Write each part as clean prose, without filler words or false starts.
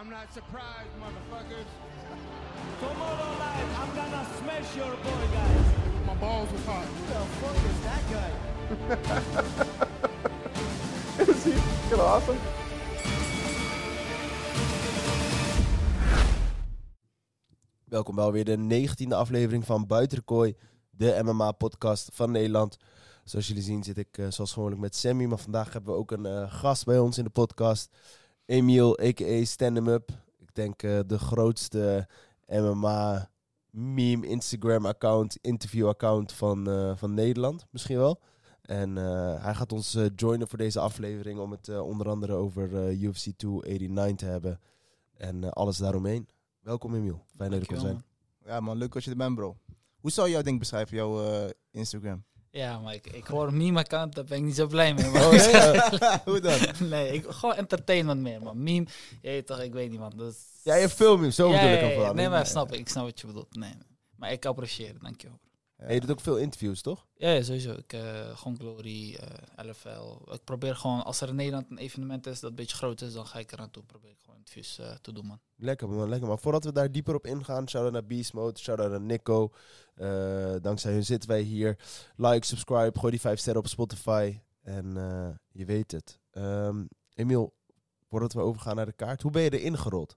I'm not surprised, motherfuckers. Tomorrow night, I'm gonna smash your boy, guys. My balls was hot. Who the fuck is that guy? Is he kind of awesome? Welkom bij alweer de 19e aflevering van Buiten de Kooi, de MMA-podcast van Nederland. Zoals jullie zien zit ik zoals gewoonlijk met Sammy, maar vandaag hebben we ook een gast bij ons in de podcast. Emiel, a.k.a. Stand 'em Up. Ik denk de grootste MMA-meme, Instagram-account, interview-account van Nederland, misschien wel. En hij gaat ons joinen voor deze aflevering om het onder andere over UFC 289 te hebben. En alles daaromheen. Welkom Emiel, fijn dat je er kon zijn. Ja man, leuk dat je er bent bro. Hoe zou jouw ding beschrijven, jouw Instagram? Ja, maar ik hoor een meme-account, daar ben ik niet zo blij mee. Man. Oh, ja? Hoe dan? Nee, gewoon entertainment meer, man. Meme, je weet toch, ik weet niet, man. Dat is... Ja, je film hem, zo bedoel ik hem van. Nee, maar ik snap wat je bedoelt. Nee. Maar ik apprecieer het, dankjewel. Ja. Hey, je doet ook veel interviews, toch? Ja, sowieso. Gewoon Glory, LFL. Ik probeer gewoon, als er in Nederland een evenement is dat een beetje groot is, dan ga ik er aan toe. Probeer ik gewoon interviews te doen, man. Lekker man, lekker man. Voordat we daar dieper op ingaan, shout-out naar Beast Mode, shout-out naar Nico. Dankzij hun zitten wij hier. Like, subscribe, gooi die 5 sterren op Spotify. En je weet het. Emiel, voordat we overgaan naar de kaart, hoe ben je erin gerold?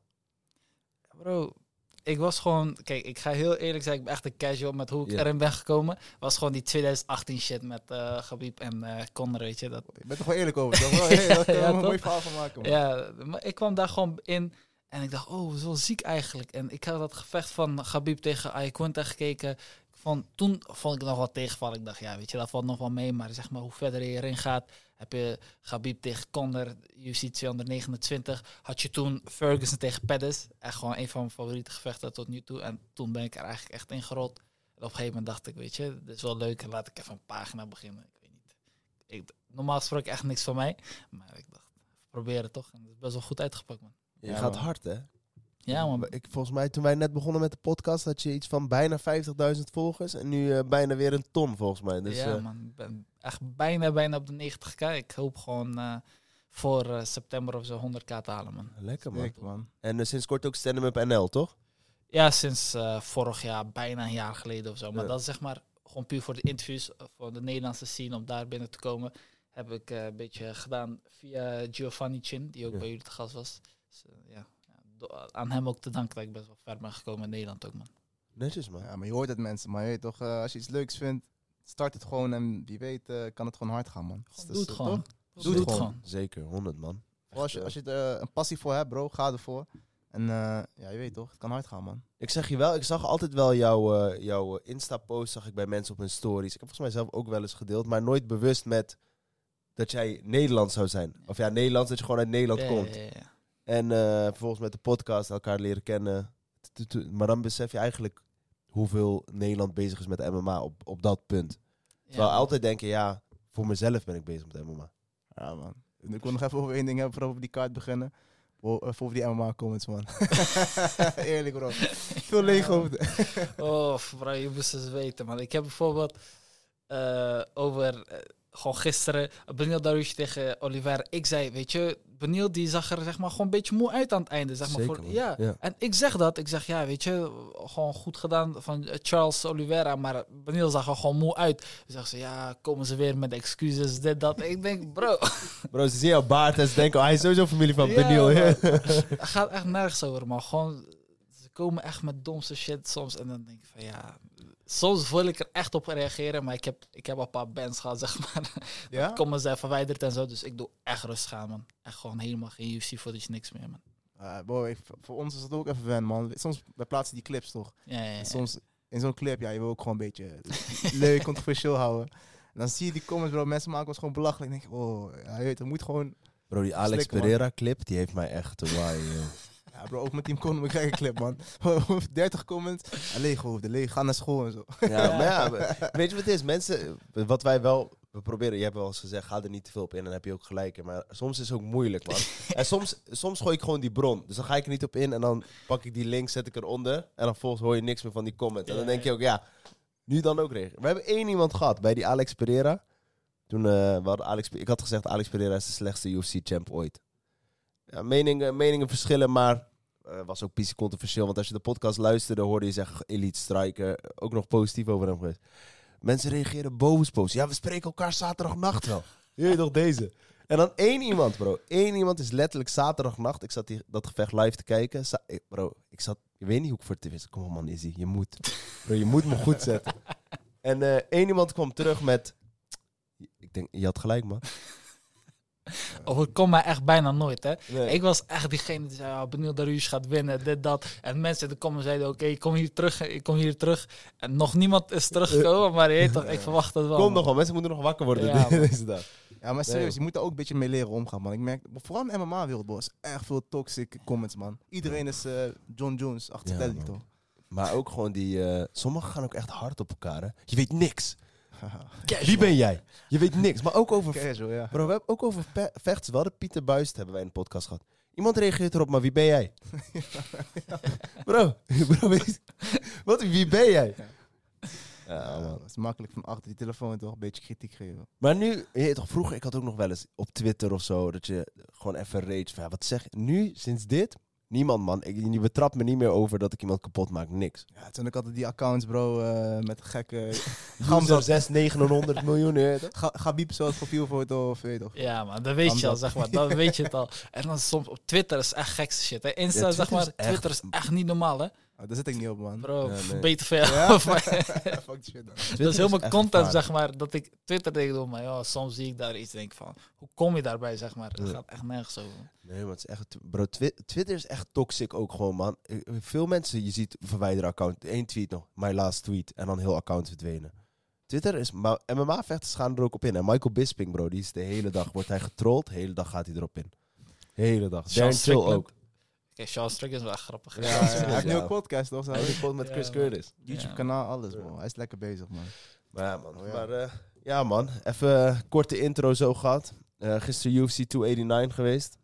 Bro, ik was gewoon... Kijk, ik ga heel eerlijk zijn, ik ben echt een casual met hoe ik erin ben gekomen. Was gewoon die 2018 shit met Khabib en Conor, weet je. Dat... Je bent toch wel eerlijk over, toch? Daar kunnen we een mooi verhaal van maken, man. Ja, maar ik kwam daar gewoon in en ik dacht, oh, zo ziek eigenlijk. En ik had dat gevecht van Khabib tegen Iaquinta gekeken. Toen vond ik nog wat tegenvallen. Ik dacht, ja, weet je, dat valt nog wel mee. Maar zeg maar, hoe verder je erin gaat, heb je Khabib tegen Conor, UFC 229. Had je toen Ferguson tegen Pettis. Echt gewoon een van mijn favoriete gevechten tot nu toe. En toen ben ik er eigenlijk echt in gerold. En op een gegeven moment dacht ik, weet je, dit is wel leuk. Laat ik even een pagina beginnen. Ik weet niet. Normaal gesproken echt niks van mij. Maar ik dacht, probeer het toch. En het is best wel goed uitgepakt, man. Je gaat hard, hè? Ja, man. Volgens mij, toen wij net begonnen met de podcast, had je iets van bijna 50.000 volgers. En nu bijna weer een ton, volgens mij. Dus, ja, man. Ik ben echt bijna op de 90k. Ik hoop gewoon voor september of zo 100k te halen, man. Lekker, man. Sterk, man. En sinds kort ook Stand 'em Up NL, toch? Ja, sinds vorig jaar, bijna een jaar geleden of zo. Maar dat is zeg maar gewoon puur voor de interviews, voor de Nederlandse scene, om daar binnen te komen. Heb ik een beetje gedaan via Giovanni Chin, die ook bij jullie te gast was. Dus, aan hem ook te danken dat ik best wel ver ben gekomen in Nederland ook, man. Netjes, man. Ja, maar je hoort het mensen. Maar je weet toch, als je iets leuks vindt, start het gewoon. En wie weet kan het gewoon hard gaan, man. Doe het gewoon. Doe het gewoon. Zeker, 100, man. Als je er een passie voor hebt, bro, ga ervoor. En ja, je weet toch, het kan hard gaan, man. Ik zeg je wel, ik zag altijd wel jouw Insta-post, zag ik bij mensen op hun stories. Ik heb volgens mij zelf ook wel eens gedeeld, maar nooit bewust met dat jij Nederlands zou zijn. Of ja, Nederlands, dat je gewoon uit Nederland komt. Ja. En vervolgens met de podcast elkaar leren kennen. Maar dan besef je eigenlijk hoeveel Nederland bezig is met MMA op dat punt. Terwijl altijd denken, ja, voor mezelf ben ik bezig met MMA. Ja, man. Ik wil nog even over één ding hebben, voordat we die kaart beginnen. Voor die MMA comments, man. Eerlijk, bro. Veel leeg hoofden. Oh, bro, je moest eens weten, man. Ik heb bijvoorbeeld over... gewoon gisteren, Beneil Dariush tegen Oliveira. Ik zei, weet je, Beneil die zag er zeg maar gewoon een beetje moe uit aan het einde. Zeg maar, Zeker, ja. En ik zeg dat. Ik zeg, ja, weet je, gewoon goed gedaan van Charles Oliveira. Maar Beneil zag er gewoon moe uit. Dus zegt ze, ja, komen ze weer met excuses, dit, dat. Ik denk, bro. Bro, ze zien jouw baard en ze denken, hij is sowieso familie van Beneil. Het gaat echt nergens over, man. Gewoon, ze komen echt met domste shit soms. En dan denk ik van, ja... Soms wil ik er echt op reageren, maar ik heb al een paar bands gehad, zeg maar. Ja? Komen ze verwijderd en zo, dus ik doe echt rustig aan, man. Echt gewoon helemaal geen UFC footage, niks meer, man. Boy, voor ons is dat ook even wennen, man. Soms, wij plaatsen die clips, toch? Ja. En soms, in zo'n clip, ja, je wil ook gewoon een beetje leuk, controversieel houden. En dan zie je die comments, bro, mensen maken ons gewoon belachelijk. En denk je, oh, ja, je weet, er moet gewoon... Bro, die Alex slikken, Pereira clip, die heeft mij echt te waaien. Ja, bro, ook met Team Conor een gekke clip, man. 30 comments, leeg hoofden, leeg, ga naar school en zo. Ja, maar ja, weet je wat het is? Mensen, wat wij wel, we proberen, je hebt wel eens gezegd, ga er niet te veel op in, dan heb je ook gelijk. Maar soms is het ook moeilijk, man. En soms gooi ik gewoon die bron. Dus dan ga ik er niet op in en dan pak ik die link, zet ik eronder. En dan vervolgens hoor je niks meer van die comment. En dan denk je ook, ja, nu dan ook reageren. We hebben 1 iemand gehad bij die Alex Pereira. Toen, we hadden ik had gezegd, Alex Pereira is de slechtste UFC-champ ooit. Ja, meningen verschillen, maar was ook PC controversieel. Want als je de podcast luisterde, hoorde je zeggen... Elite Striker, ook nog positief over hem geweest. Mensen reageren boos. Ja, we spreken elkaar zaterdagnacht wel. Je weet toch deze? En dan één iemand, bro. Eén iemand is letterlijk zaterdagnacht. Ik zat dat gevecht live te kijken. Ik weet niet hoe ik voor het tv zat. Kom op man, Izzy, je moet. Bro, je moet me goed zetten. En één iemand kwam terug met... Ik denk, je had gelijk, man. Of het komt mij echt bijna nooit, hè. Nee. Ik was echt diegene die zei, benieuwd dat Ruus gaat winnen, dit, dat. En mensen in de comments zeiden, oké, ik kom hier terug. En nog niemand is teruggekomen, maar je weet toch, ik verwacht het wel. Kom man. nog wel, mensen moeten nog wakker worden Ja, man. deze dag. Ja, maar serieus, Nee. je moet er ook een beetje mee leren omgaan, man. Ik merk, vooral in de MMA-wereld, boss, echt veel toxic comments, man. Iedereen is John Jones achter Ja, Delhi, man. toch? Maar ook gewoon die... sommigen gaan ook echt hard op elkaar, hè. Je weet niks. Wie ben jij? Je weet niks. Maar ook over... Casual, ja. Bro, we hebben ook over vechts. We hadden Pieter Buist hebben wij in de podcast gehad. Iemand reageert erop, maar wie ben jij? Bro, wie ben jij? Ja, man. Het is makkelijk van achter die telefoon toch een beetje kritiek geven. Maar nu, je weet toch, vroeger, ik had ook nog wel eens op Twitter of zo, dat je gewoon even rage van, ja, wat zeg je? Nu, sinds dit, niemand man. Je betrapt me niet meer over dat ik iemand kapot maak, niks. Ja, toen ik altijd die accounts, bro, met gekke... Gamza 600, 900 miljoen, je weet toch? Gabib zo'n profielfoto of weet je toch? Ja, man, dat weet je al, Hamza. zeg maar. Dat weet je het al. En dan soms op Twitter is echt gekste shit, hè. Insta, Ja, zeg maar, Twitter is Twitter is echt niet normaal, hè. Oh, daar zit ik niet op, man. Bro, Ja, nee. beter veel. Ja? Maar- Fuck die shit, man. dat is helemaal echt content, gevaarlijk. zeg maar, dat ik Twitter doe. Maar ja, soms zie ik daar iets en denk van, hoe kom je daarbij, zeg maar? Het Ja. gaat echt nergens over. Nee, maar het is echt... Bro, Twitter is echt toxic ook gewoon, man. Veel mensen, je ziet verwijderen account. 1 tweet nog, my last tweet. En dan heel account verdwenen. Twitter is... Maar MMA-vechters gaan er ook op in. En Michael Bisping, bro, die is de hele dag... Wordt hij getrold, de hele dag gaat hij erop in. Hele dag. Sean Darren Till Strickland. ook. Kijk, Sean Strickland is wel echt grappig. Ja, Ja, ja, hij heeft nu ja. een podcast, toch? Hij heeft een met Ja, Chris man. Curtis. YouTube-kanaal, alles, bro. Hij is lekker bezig, man. Maar ja, man. Oh, ja. Maar, ja, man. Even korte intro zo gehad. Gisteren UFC 289 geweest.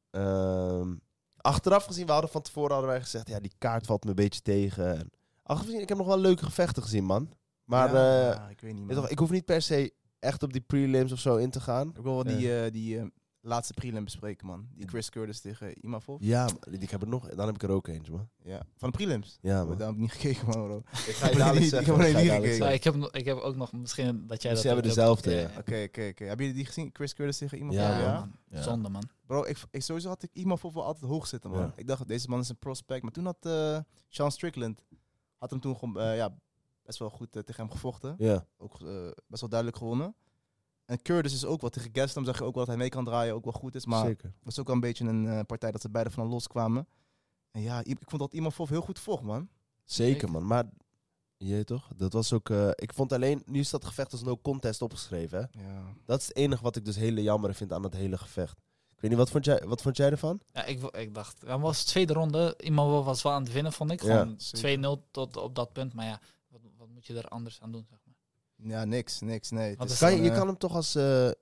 Achteraf gezien, van tevoren hadden wij gezegd... Ja, die kaart valt me een beetje tegen. En achteraf gezien, ik heb nog wel leuke gevechten gezien, man. Maar ja, ik weet niet, weet man. toch, ik hoef niet per se echt op die prelims of zo in te gaan. Ik wil wel die laatste prelim bespreken, man. Die Chris Curtis tegen Imavov. Ja, ik heb er nog. Dan heb ik er ook eentje, man. Ja. Van de prelims? Ja, Oh, man. daar heb ik niet gekeken, man, bro. Ik ga je dadelijk Ik heb zeggen. alleen ik ga je niet dadelijk gekeken. zeggen. ik heb ook nog, misschien dat jij Dus dat ze hebben ook dezelfde, hebt. ja. Oké. Hebben jullie die gezien? Chris Curtis tegen Imavov? Ja, Ja, man. man. Ja. Zonde, man. Bro, sowieso had ik Imavov wel altijd hoog zitten, man. Ja. Ik dacht, deze man is een prospect. Maar toen had Sean Strickland had hem toen gewoon best wel goed tegen hem gevochten. Ja. Ook best wel duidelijk gewonnen. En Curtis is ook wel tegen Gastelum, zag je ook wel dat hij mee kan draaien, ook wel goed is. Maar Zeker. het was ook wel een beetje een partij dat ze beide van loskwamen. En ja, ik vond dat Imavov heel goed vocht, man. Zeker, man. Maar, je weet toch, dat was ook... ik vond alleen, nu is dat gevecht als no contest opgeschreven, hè. Ja. Dat is het enige wat ik dus hele jammer vind aan dat hele gevecht. Ik weet niet, wat vond jij ervan? Ja, ik dacht, het was de tweede ronde. Iemand was wel aan het winnen, vond ik. Ja, Gewoon zeker. 2-0 tot op dat punt. Maar ja, wat moet je er anders aan doen, zeg maar. Ja, niks, nee. Het Wat is is Kan je gewoon, kan hem toch als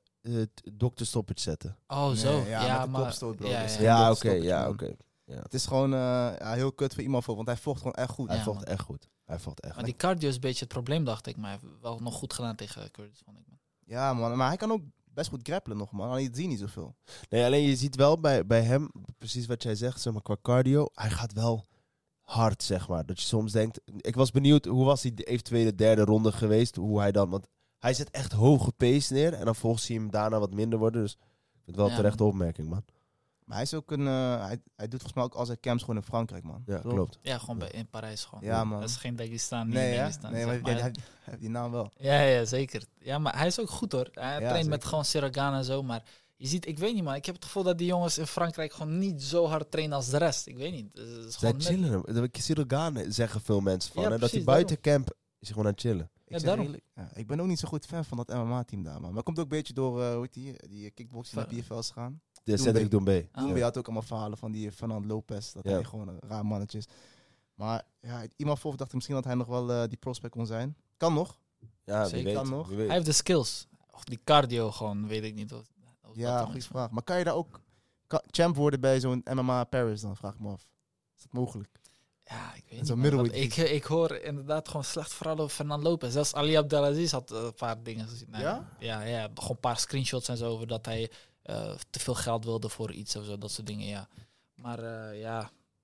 dokter stoppage zetten? Oh, Nee, zo. ja, met de kopstoot, bro. Ja, Dus ja. geen Ja, dokter oké, stoppage, ja, man. oké. Het is gewoon heel kut voor Imavov, want hij vocht gewoon echt goed. Hij Ja, vocht man. echt goed. Hij vocht echt Maar goed. die cardio is een beetje het probleem, dacht ik. Maar hij heeft wel nog goed gedaan tegen Curtis, vond ik. Man. Ja, man. Maar hij kan ook best goed grappelen nog, man. Alleen je ziet niet zoveel. Nee, alleen je ziet wel bij hem, precies wat jij zegt, zeg maar, qua cardio, hij gaat wel hard, zeg maar. Dat je soms denkt, ik was benieuwd, hoe was die eventuele derde ronde geweest, hoe hij dan, want hij zet echt hoge pace neer en dan volgens zie je hem daarna wat minder worden, dus ik vind het wel een Ja, terechte opmerking, man. Maar hij is ook hij doet volgens mij ook al zijn camps gewoon in Frankrijk, man. Ja, Toch? klopt. Ja, gewoon in Parijs gewoon. Ja, man. Dat is geen Dagestan, Nee, niet hè? Dagestan. Nee, zeg maar maar. hij heeft die naam wel. Ja, zeker. Ja, maar hij is ook goed, hoor. Hij traint met zeker. gewoon Sirogane en zo, maar... Je ziet, ik weet niet, man. Ik heb het gevoel dat die jongens in Frankrijk gewoon niet zo hard trainen als de rest. Ik weet niet. Het is Zij gewoon net- chillen hem. Dat Cyril zeggen veel mensen van. Ja, hè, dat hij precies, buiten camp is hij gewoon aan het chillen. Ik, Ja, zeg daarom. eerlijk, ik ben ook niet zo goed fan van dat MMA-team daar, man. Maar dat komt ook een beetje door, hoe heet die kickboxing naar Fa- PFL is gegaan. De Cedric Doumbé. Ah. Toen had ook allemaal verhalen van die Fernand Lopez, dat Ja. hij gewoon een raar mannetje is. Maar ja, Imavov dacht ik misschien dat hij nog wel die prospect kon zijn. Kan nog. Ja, wie Zeker. weet. Kan nog. Wie Hij weet. heeft de skills. Och, die cardio gewoon, weet ik niet. Of Ja, dat goede is. vraag. Maar kan je daar ook champ worden bij zo'n MMA Paris dan, vraag ik me af. Is dat mogelijk? Ja, ik weet En niet. zo'n man, want middleweight ik hoor inderdaad gewoon slecht verhalen over Fernand Lopez. Zelfs Ali Abdelaziz had een paar dingen gezien. Nee, Ja? Ja, gewoon een paar screenshots en zo over dat hij te veel geld wilde voor iets of zo, dat soort dingen, ja. Maar ja,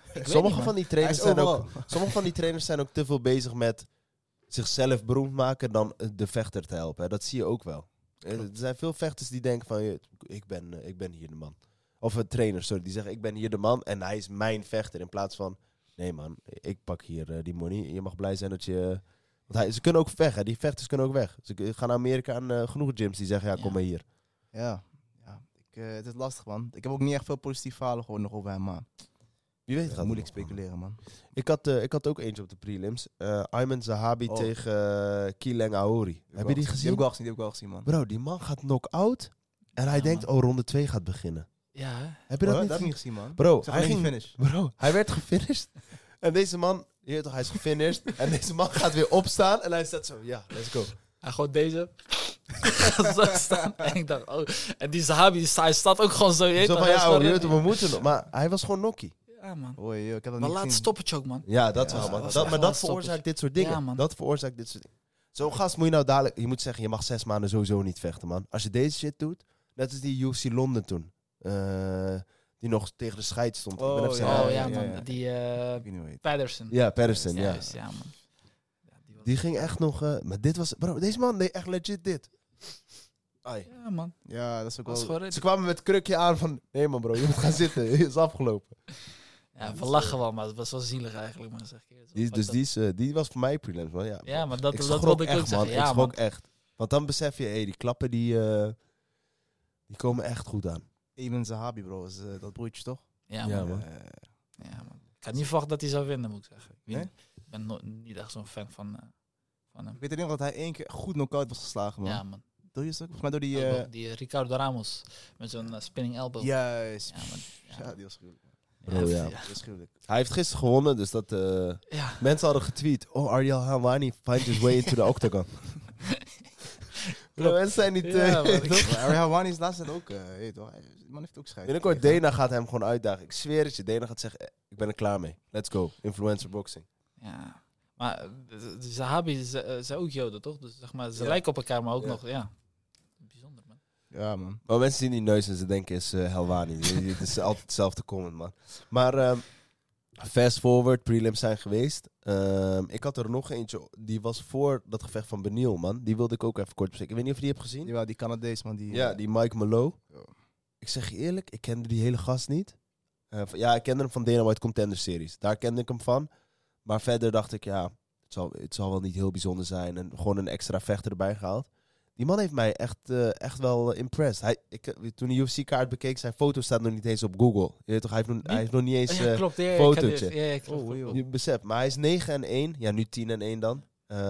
Sommige van die trainers Hij is zijn ook... overal. Sommige van die trainers zijn ook te veel bezig met zichzelf beroemd maken dan de vechter te helpen. Hè. Dat zie je ook wel. Er zijn veel vechters die denken van, ik ben hier de man. Of een trainer, sorry, die zeggen, ik ben hier de man en hij is mijn vechter. In plaats van, nee man, ik pak hier die money. Je mag blij zijn dat je... Want ze kunnen ook weg, hè. Die vechters kunnen ook weg. Ze gaan naar Amerika en genoeg gyms die zeggen, ja, kom maar hier. Ja. Het is lastig, man. Ik heb ook niet echt veel positieve verhalen gehoord nog over hem, maar... Wie weet gaat moeilijk het nog. speculeren, man. Ik had ook eentje op de prelims. Ayman Zahabi Oh. tegen Kileng Aori. Heb je die gezien? Die heb ik wel gezien, man. Bro, die man gaat knock-out en hij Ja, denkt, man. oh, ronde 2 gaat beginnen. Ja, hè? Heb je dat niet heb ik gezien? niet gezien, man. Bro, Ik zag hij alleen ging... die finish. Bro, hij werd gefinished. En deze man, je weet toch, hij is gefinished. En deze man gaat weer opstaan en hij staat zo, ja, let's go. Hij gewoon deze. Zo staan. En ik dacht, oh. En die Zahabi, hij staat ook gewoon zo. Je weet Zo toch, van, hij is ja, gewoon je weet toch, ready. we moeten nog. Maar hij was gewoon nokkie. Ja, man. Oei, ik heb dat Maar niet laat gezien. stoppen ook, man. Ja, dat Ja, wel, dat man. was Dat, echt maar wel dat een veroorzaakt dit soort dingen. Ja, man. Dat veroorzaakt dit soort dingen. Zo'n gast moet je nou dadelijk... Je moet zeggen, je mag 6 maanden sowieso niet vechten, man. Als je deze shit doet, net als die UFC Londen toen. Die nog tegen de scheid stond. Ik ben even zijn naam Oh ja, kwijt. man. Die Ik weet niet hoe heet. Patterson. Ja, Patterson, ja. Juist, ja, man. Ja, die was... Die ging echt nog... maar dit was... Bro, deze man deed echt legit dit. Ai. Ja, man. Ja, dat is ook Was wel... gewoon ready. Ze kwamen met het krukje aan van... Nee man bro, je moet gaan zitten. Het is afgelopen. Ja, we lachen wel, maar het was wel zielig eigenlijk, man. Zeg ik eerlijk. Die was voor mij prelims, man. Ja, Ja, maar dat ik dat schrok wilde ik echt, ook zeggen. man. Ja, Ik man. schrok echt. Want dan besef je, die klappen die komen echt goed aan. Ayman Zahabi, bro. Is dat broertje, toch? Ja, Ja, man. man. Ja, man. Ik had niet verwacht dat hij zou winnen, moet ik zeggen. Ik, weet Nee? niet. Ik ben niet echt zo'n fan van hem. Ik weet alleen nog dat hij 1 keer goed knock-out was geslagen, man. Ja, man. Door je stuk? Volgens mij door die... Ook nog die Ricardo Ramos met zo'n spinning elbow. Juist. Ja, man. Ja, die was gruwelijk. Bro, ja. Die was gruwelijk. Hij heeft gisteren gewonnen, dus dat... Ja. Mensen hadden getweet. Oh, Ariel Helwani finds his way into the octagon. Bro, mensen zijn niet... Ja, man. Maar Ariel Helwani is laatst tijd ook... weet je toch, die man heeft ook scheid. Binnenkort Dana gaat hem gewoon uitdagen. Ik zweer het je. Dana gaat zeggen, ik ben er klaar mee. Let's go. Influencer boxing. Ja. Maar de Zahabi zijn ook Joden, toch? Dus zeg maar, ze Ja. lijken op elkaar, maar ook Ja. nog... Ja. Bijzonder, man. Ja, man. Maar mensen zien die neus en ze denken is Helwani. Het is altijd hetzelfde comment, man. Maar fast forward, prelims zijn geweest. Ik had er nog eentje, die was voor dat gevecht van Beniel, man. Die wilde ik ook even kort bespreken. Ik weet niet of je die hebt gezien. Die Canadees, man. Die, Ja, die Mike Malone. Ja. Ik zeg je eerlijk, ik kende die hele gast niet. Ja, ik kende hem van Dana Contender Series. Daar kende ik hem van. Maar verder dacht ik, ja, het zal wel niet heel bijzonder zijn. En gewoon een extra vechter erbij gehaald. Die man heeft mij echt wel impressed. Toen de UFC-kaart bekeek, zijn foto staat nog niet eens op Google. Je weet toch, hij heeft nog niet eens... Ja, klopt. Ja, fotootje. Ja, klopt. Oh, joh. je beseft, maar hij is 9-1. Ja, nu 10-1 dan.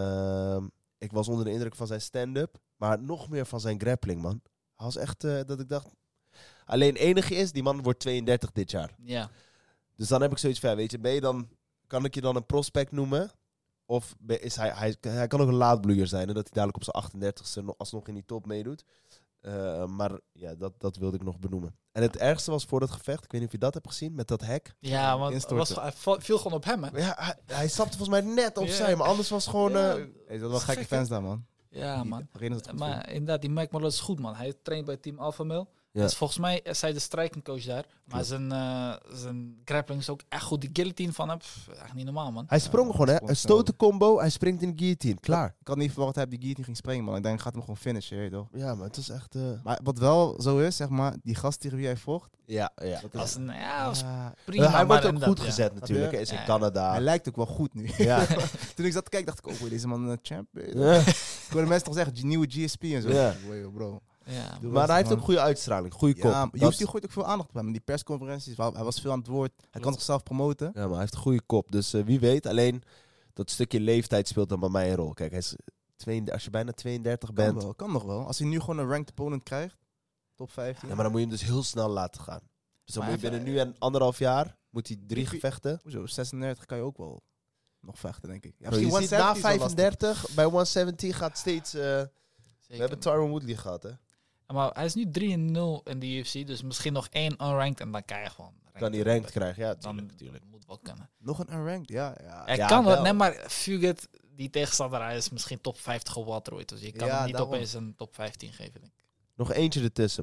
Ik was onder de indruk van zijn stand-up. Maar nog meer van zijn grappling, man. Hij was echt dat ik dacht... Alleen het enige is, die man wordt 32 dit jaar. Ja. Dus dan heb ik zoiets van, weet je, kan ik je dan een prospect noemen? Of is hij kan ook een laadbloeier zijn, hè, dat hij dadelijk op zijn 38ste alsnog in die top meedoet. Maar ja, dat wilde ik nog benoemen. En het ergste was voor dat gevecht, ik weet niet of je dat hebt gezien, met dat hek. Ja, want het Instorten. hij viel gewoon op hem, hè? Ja, hij stapte volgens mij net opzij, Ja. maar anders was het gewoon... Ja. Hey, dat wel Dat is gekke gek, fans daar, man. Ja, Die man. arena is het goed voor. Maar inderdaad, die Mike Malone is goed, man. Hij traint bij Team Alpha Male. Ja. Dus volgens mij is hij de striking coach daar. Maar zijn grappling is ook echt goed. Die guillotine van hem, echt niet normaal, man. Hij sprong Ja, gewoon, hè. sprong Een stoten combo, hij springt in de guillotine. Klaar. Ik had niet verwacht dat hij op die guillotine ging springen, man. Ik denk, gaat hem gewoon finishen, je weet toch. Ja, maar het is echt... Maar wat wel zo is, zeg maar, die gast tegen wie hij vocht, Ja. Als een, ja, was ja, prima. hij maar wordt ook inderdaad, goed ja. gezet natuurlijk. je? Hij is in Ja. Canada. hij lijkt ook wel goed nu. Ja. Toen ik zat te kijken, dacht ik, oh, deze man een champ. weet je. Ja. Ik hoorde mensen toch zeggen, nieuwe GSP en zo. Ja. Wow, bro. Ja, Doe Maar hij heeft man. ook goede uitstraling, goede kop. Ja, Dat- UFC gooit ook veel aandacht op hem. In die persconferenties, hij was veel aan het woord. Hij kan zichzelf promoten. Ja, maar hij heeft een goede kop. Dus wie weet, alleen dat stukje leeftijd speelt dan bij mij een rol. Kijk, hij is 32, als je bijna 32 bent, Kan nog wel. Als hij nu gewoon een ranked opponent krijgt, top 15. ja, maar dan moet je hem dus heel snel laten gaan. Dus dan Maar moet je even- binnen nu en 1,5 jaar, moet hij 3 Ik- gevechten. Hoezo, 36 kan je ook wel nog vechten, denk ik. Ja, Bro, je ziet 170 na is wel lastig. 35, bij 170 gaat steeds... we zeker. hebben Tyron Woodley gehad, hè. Ja, maar hij is nu 3-0 in de UFC. Dus misschien nog 1 unranked en dan kan je gewoon... Kan hij ranked krijgen, ja, Dan tuurlijk. moet wel kunnen. Nog een unranked, ja. Hij Ja, kan wel. wel. Nee, maar Fugit, die tegenstander, hij is misschien top 50 op welterweight. Dus je kan Ja, hem niet daarom. opeens een top 15 geven, denk ik. Nog eentje ertussen, man.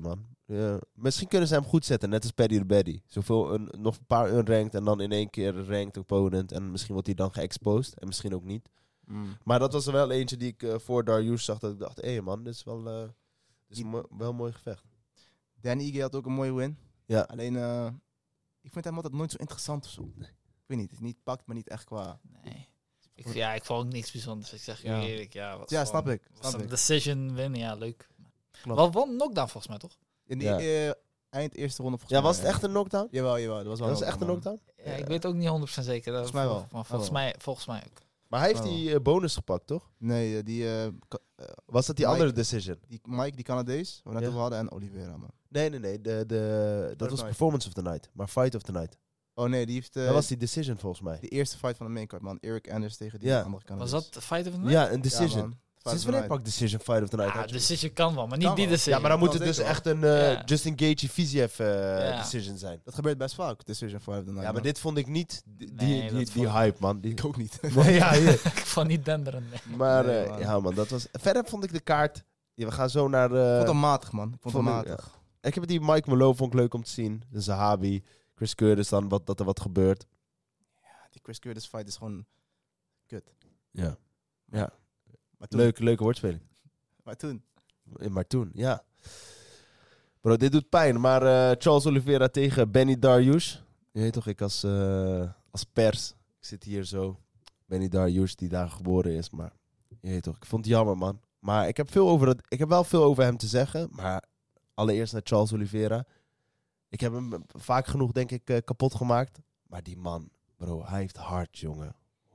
Misschien kunnen ze hem goed zetten, net als Paddy the Baddy. Nog een paar unranked en dan in één keer ranked opponent. En misschien wordt hij dan geëxposed. En misschien ook niet. Maar dat was er wel eentje die ik voor Dariush zag. Dat ik dacht, hé man, dit is wel, wel een mooi gevecht. Danny Ige had ook een mooie win. Ja. Alleen, ik vind hem altijd nooit zo interessant of zo. Ik weet niet, het is niet pakt, maar niet echt qua... Nee. Ik vond ook niks bijzonders. Ik zeg je Ja. eerlijk, Snap ik. Was Snap een ik. decision win, ja, leuk. Klopt. Wel een knockdown volgens mij, toch? In die eind eerste ronde volgens Ja, mij. was het echt een knockdown? Jawel. Dat was wel Dat was echt een knockdown? Ja, ik weet ook niet 100% zeker. Volgens mij wel. Maar volgens mij ook. Maar hij heeft Oh. die bonus gepakt, toch? Nee, Was dat die Mike. andere decision? die Mike, die Canadees, waar we net Ja. over hadden, en Oliveira, man. Nee. Dat was night. Performance of the Night. Maar Fight of the Night. Oh nee, die heeft Dat was die decision volgens mij. de eerste fight van de main card, man. Eric Anders tegen die Ja. andere Was Canadees. dat Fight of the Night? Ja, een Ja, decision. man. Fight Sinds of the wanneer night. pakt decision Fight of the Night? Ja, uit? decision kan wel, maar niet Kan die wel. decision. Ja, maar dan moet kan het dus zeker echt een Ja. Justin Gaethje Fiziev Ja. decision zijn. Dat gebeurt best vaak, decision fight of the night. Ja, maar man. dit vond ik niet die Nee, dat vond ik- hype, man. Die, Ik ook niet. nee, ja, ja. Ik vond niet denderend. Nee. Maar Nee, man. ja, man, dat was... Verder vond ik de kaart... Ja, we gaan zo naar... Ik vond hem matig, man. Ik vond hem vond ik- matig. Ik heb die Mike Malone vond ik leuk om te zien. De Zahabi. Chris Curtis dan, dat er wat gebeurt. Ja, die Chris Curtis fight is gewoon kut. Ja. Maar toen, Leuke woordspeling. Maar toen. Maar toen, ja. Bro, dit doet pijn. Maar Charles Oliveira tegen Benny Dariush. Je weet toch, ik als pers. Ik zit hier zo. Benny Dariush, die daar geboren is. Maar je weet toch, ik vond het jammer, man. Maar ik heb wel veel over hem te zeggen. Maar allereerst naar Charles Oliveira. Ik heb hem vaak genoeg, denk ik, kapot gemaakt. Maar die man, bro, hij heeft hart, jongen.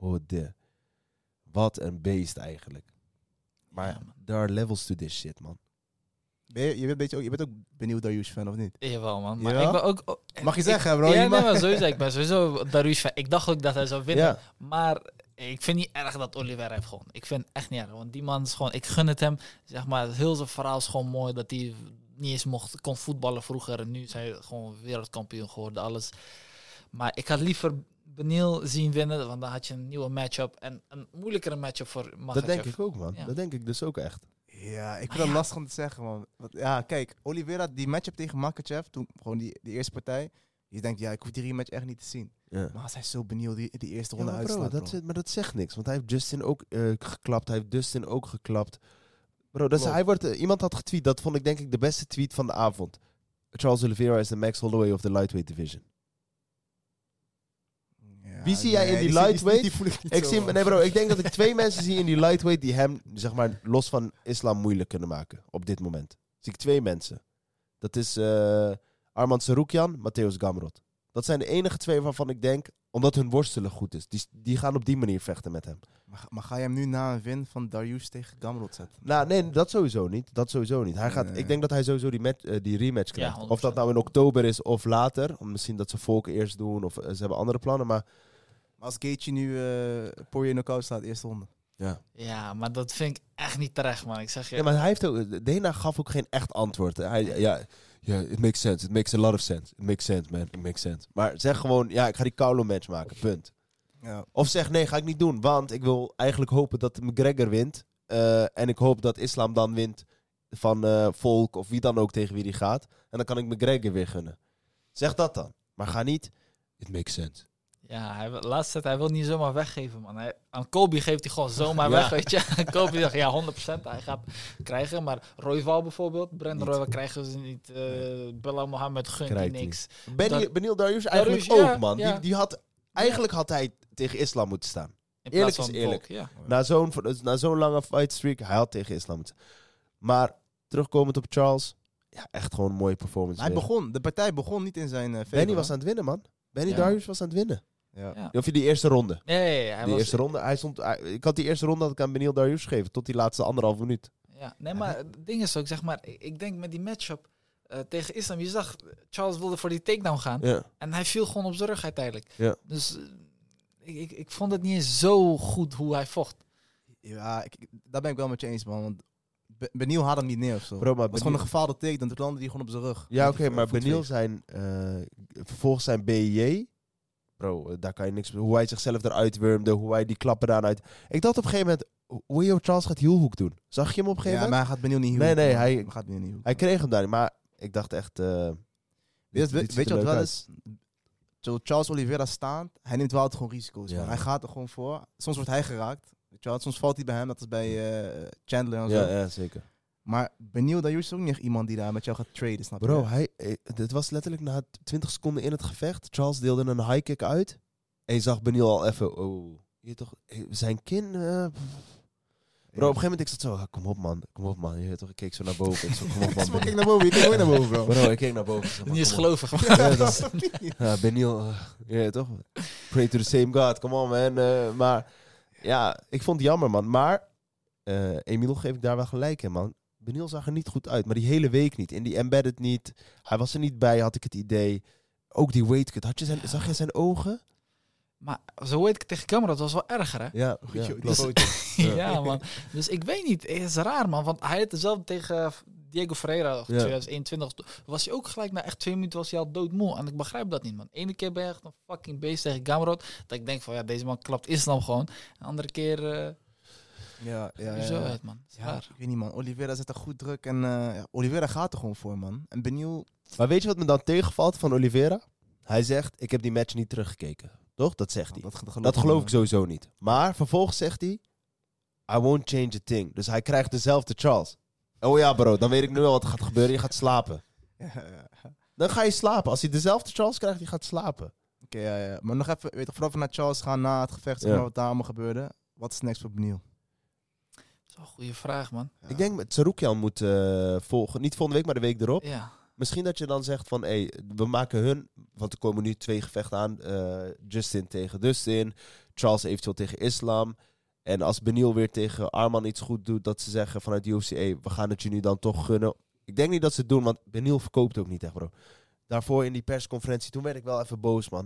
Wat een beest eigenlijk. Maar Ja, man. there are levels to this shit, man. Je bent ook benieuwd Dariush fan, of niet? Jawel, man. Maar Jawel? ik ben ook... Mag je zeggen, bro? Ja, Je nee, mag- maar sowieso. Ik ben sowieso Dariush fan. Ik dacht ook dat hij zou winnen. Ja. Maar ik vind niet erg dat Oliveira heeft gewonnen. Ik vind het echt niet erg. Want die man is gewoon... Ik gun het hem. Zeg maar, heel zijn verhaal is gewoon mooi. Dat hij niet eens kon voetballen vroeger. En nu is hij gewoon wereldkampioen geworden. Alles. Maar ik had liever Beneil zien winnen. Want dan had je een nieuwe matchup. En een moeilijkere matchup voor Makhachev. Dat denk ik ook, man. Ja. Dat denk ik dus ook echt. Ja, ik vind dat lastig om te zeggen, man. Want, ja, kijk, Oliveira, die matchup tegen Makhachev, toen gewoon die eerste partij. Je denkt, ja, ik hoef die rematch echt niet te zien. Ja. Maar als hij zo benieuwd die eerste Ja, ronde maar bro, uitslaat, maar dat zegt niks. Want hij heeft Justin ook geklapt. Hij heeft Dustin ook geklapt. Bro, dat is, Klopt. hij wordt, iemand had getweet. Dat vond ik denk ik de beste tweet van de avond. Charles Oliveira is de Max Holloway of the lightweight division. Ja, Wie zie jij in die die lightweight? Die voel ik niet Ik zo, zie, man. nee bro, ik denk dat ik 2 mensen zie in die lightweight die hem, zeg maar, los van islam moeilijk kunnen maken. Op dit moment. Zie ik 2 mensen. Dat is Arman Tsarukyan, Matthäus Gamrot. Dat zijn de enige 2 waarvan ik denk, omdat hun worstelen goed is. Die gaan op die manier vechten met hem. Maar ga je hem nu na een win van Dariush tegen Gamrot zetten? Nou, nee, dat sowieso niet. Dat sowieso niet. Hij gaat, Nee. Ik denk dat hij sowieso die rematch krijgt. 100%. Of dat nou in oktober is of later. Of misschien dat ze Volk eerst doen of ze hebben andere plannen. Maar Maar als Gaethje nu Poirier knock-out slaat, eerste ronde. Ja, maar dat vind ik echt niet terecht, man. Ik zeg je... ja, maar hij heeft ook, Dana gaf ook geen echt antwoord. Ja, it makes sense. It makes a lot of sense. It makes sense, man. It makes sense. Maar zeg gewoon, ja, ik ga die Kaulo match maken. Punt. Ja. Of zeg, nee, ga ik niet doen. Want ik wil eigenlijk hopen dat McGregor wint. En ik hoop dat Islam dan wint van Volk of wie dan ook tegen wie die gaat. En dan kan ik McGregor weer gunnen. Zeg dat dan. Maar ga niet, it makes sense. Ja, laatst hij wil niet zomaar weggeven, man. Aan Kobe geeft hij gewoon zomaar Ja. weg, weet je. Kobe zegt, ja, 100% hij gaat krijgen. Maar Royval bijvoorbeeld, Brandon Niet. Royval krijgen ze niet. Belal Mohammed gunt die Krijgt hij. niks. Benil Dariush eigenlijk Dariush, ook, ja, man. ja. Die had, eigenlijk had hij tegen Islam moeten staan. In Eerlijk plaats is van eerlijk. Volk, ja. Na zo'n lange fight streak, hij had tegen Islam moeten staan. Maar terugkomend op Charles, ja, echt gewoon een mooie performance. weer. De partij begon niet in zijn favor. Benny was aan het winnen, man. Benny Ja. Dariush was aan het winnen. Ja. Ja. Of je die eerste ronde. Nee, hij Die was... eerste ronde, ik had die eerste ronde had ik aan Benil Dariush gegeven. Tot die laatste 1,5 minuut. Ja, nee, maar het ding is ook, zeg maar, ik denk met die matchup tegen Islam, je zag, Charles wilde voor die takedown gaan. Ja. En hij viel gewoon op zijn rug uiteindelijk. Ja. Dus ik vond het niet eens zo goed hoe hij vocht. Ja, daar ben ik wel met je eens, man. Want Benil had hem niet neer of zo. Bro, maar Het was gewoon een Benil- gefaalde take, dan landde hij gewoon op zijn rug. Ja, Met oké, die maar voet Benil weg. zijn... vervolgens zijn BJ... Bro, daar kan je niks... Hoe hij zichzelf eruit wurmde, hoe hij die klappen daaraan uit... Ik dacht op een gegeven moment... Julio Charles gaat hielhoek doen. Zag je hem op een gegeven Ja, moment? maar hij gaat Benil niet Nee, hielhoeken, man. hij gaat Benil niet hielhoeken. Hij kreeg hem daar niet, maar ik dacht echt... Weet dit je ziet wat er leuk wel uit. is? Zo Charles Oliveira staand, hij neemt wel altijd gewoon risico's. Ja. Man. Hij gaat er gewoon voor. Soms wordt hij geraakt. Weet je wel? Soms valt hij bij hem, dat is bij Chandler en zo. Ja, zeker. Maar Beneil Dariush is ook niet echt iemand die daar met jou gaat traden, snap je? Bro, het was letterlijk na 20 seconden in het gevecht. Charles deelde een high kick uit. En je zag Beneil al even... Oh, je toch, zijn kin... Bro, op een gegeven moment ik zat zo... Kom op man. Je weet toch, ik keek zo naar boven. Ik zo, kom op man. Ik keek naar boven, je keek nooit naar boven, bro. Bro, ik keek naar boven. Ik zo, Niet eens kom op. gelovig. Ja, Beneil... je weet toch? Pray to the same God. Come on, man. Maar ja, ik vond het jammer, man. Maar Emil geef ik daar wel gelijk in, man. Beneil zag er niet goed uit. Maar die hele week niet. In die embedded niet. Hij was er niet bij, had ik het idee. Ook die weight cut. Zag je zijn ogen? Maar zo weet ik tegen camera, dat was wel erger, hè? Ja, Die klopt. foto. Ja, man. Dus ik weet niet. Het is raar, man. Want hij had hetzelfde tegen Diego Ferreira. Of 2021 was hij ook gelijk na echt 2 minuten was hij al doodmoe. En ik begrijp dat niet, man. Ene keer ben je echt een fucking beest tegen Gamrot. Dat ik denk van, ja, deze man klapt Islam gewoon. De andere keer Ja. zo uit, man. Dat is Ja, raar. ik weet niet, man. Oliveira zet er goed druk en Oliveira gaat er gewoon voor, man. En Beneil... Maar weet je wat me dan tegenvalt van Oliveira? Hij zegt, ik heb die match niet teruggekeken. Toch? Dat zegt hij. Dat geloof ik sowieso niet. Maar vervolgens zegt hij, I won't change a thing. Dus hij krijgt dezelfde Charles. Oh ja bro, dan weet ik nu al wat er gaat gebeuren. Je gaat slapen. Dan ga je slapen. Als hij dezelfde Charles krijgt, je gaat slapen. Oké, ja. Maar nog even, weet je, voordat we naar Charles gaan na het gevecht, zeg maar, wat daar allemaal gebeurde. Wat is next voor Beneil? Dat is wel een goede vraag, man. Ja. Ik denk dat Tsarukyan moet volgen. Niet volgende week, maar de week erop. Ja. Misschien dat je dan zegt van, we maken hun... Want er komen nu 2 gevechten aan. Justin tegen Dustin. Charles eventueel tegen Islam. En als Beneil weer tegen Arman iets goed doet... dat ze zeggen vanuit de UFC... we gaan het je nu dan toch gunnen. Ik denk niet dat ze het doen, want Beneil verkoopt ook niet echt, bro. Daarvoor in die persconferentie... toen werd ik wel even boos, man.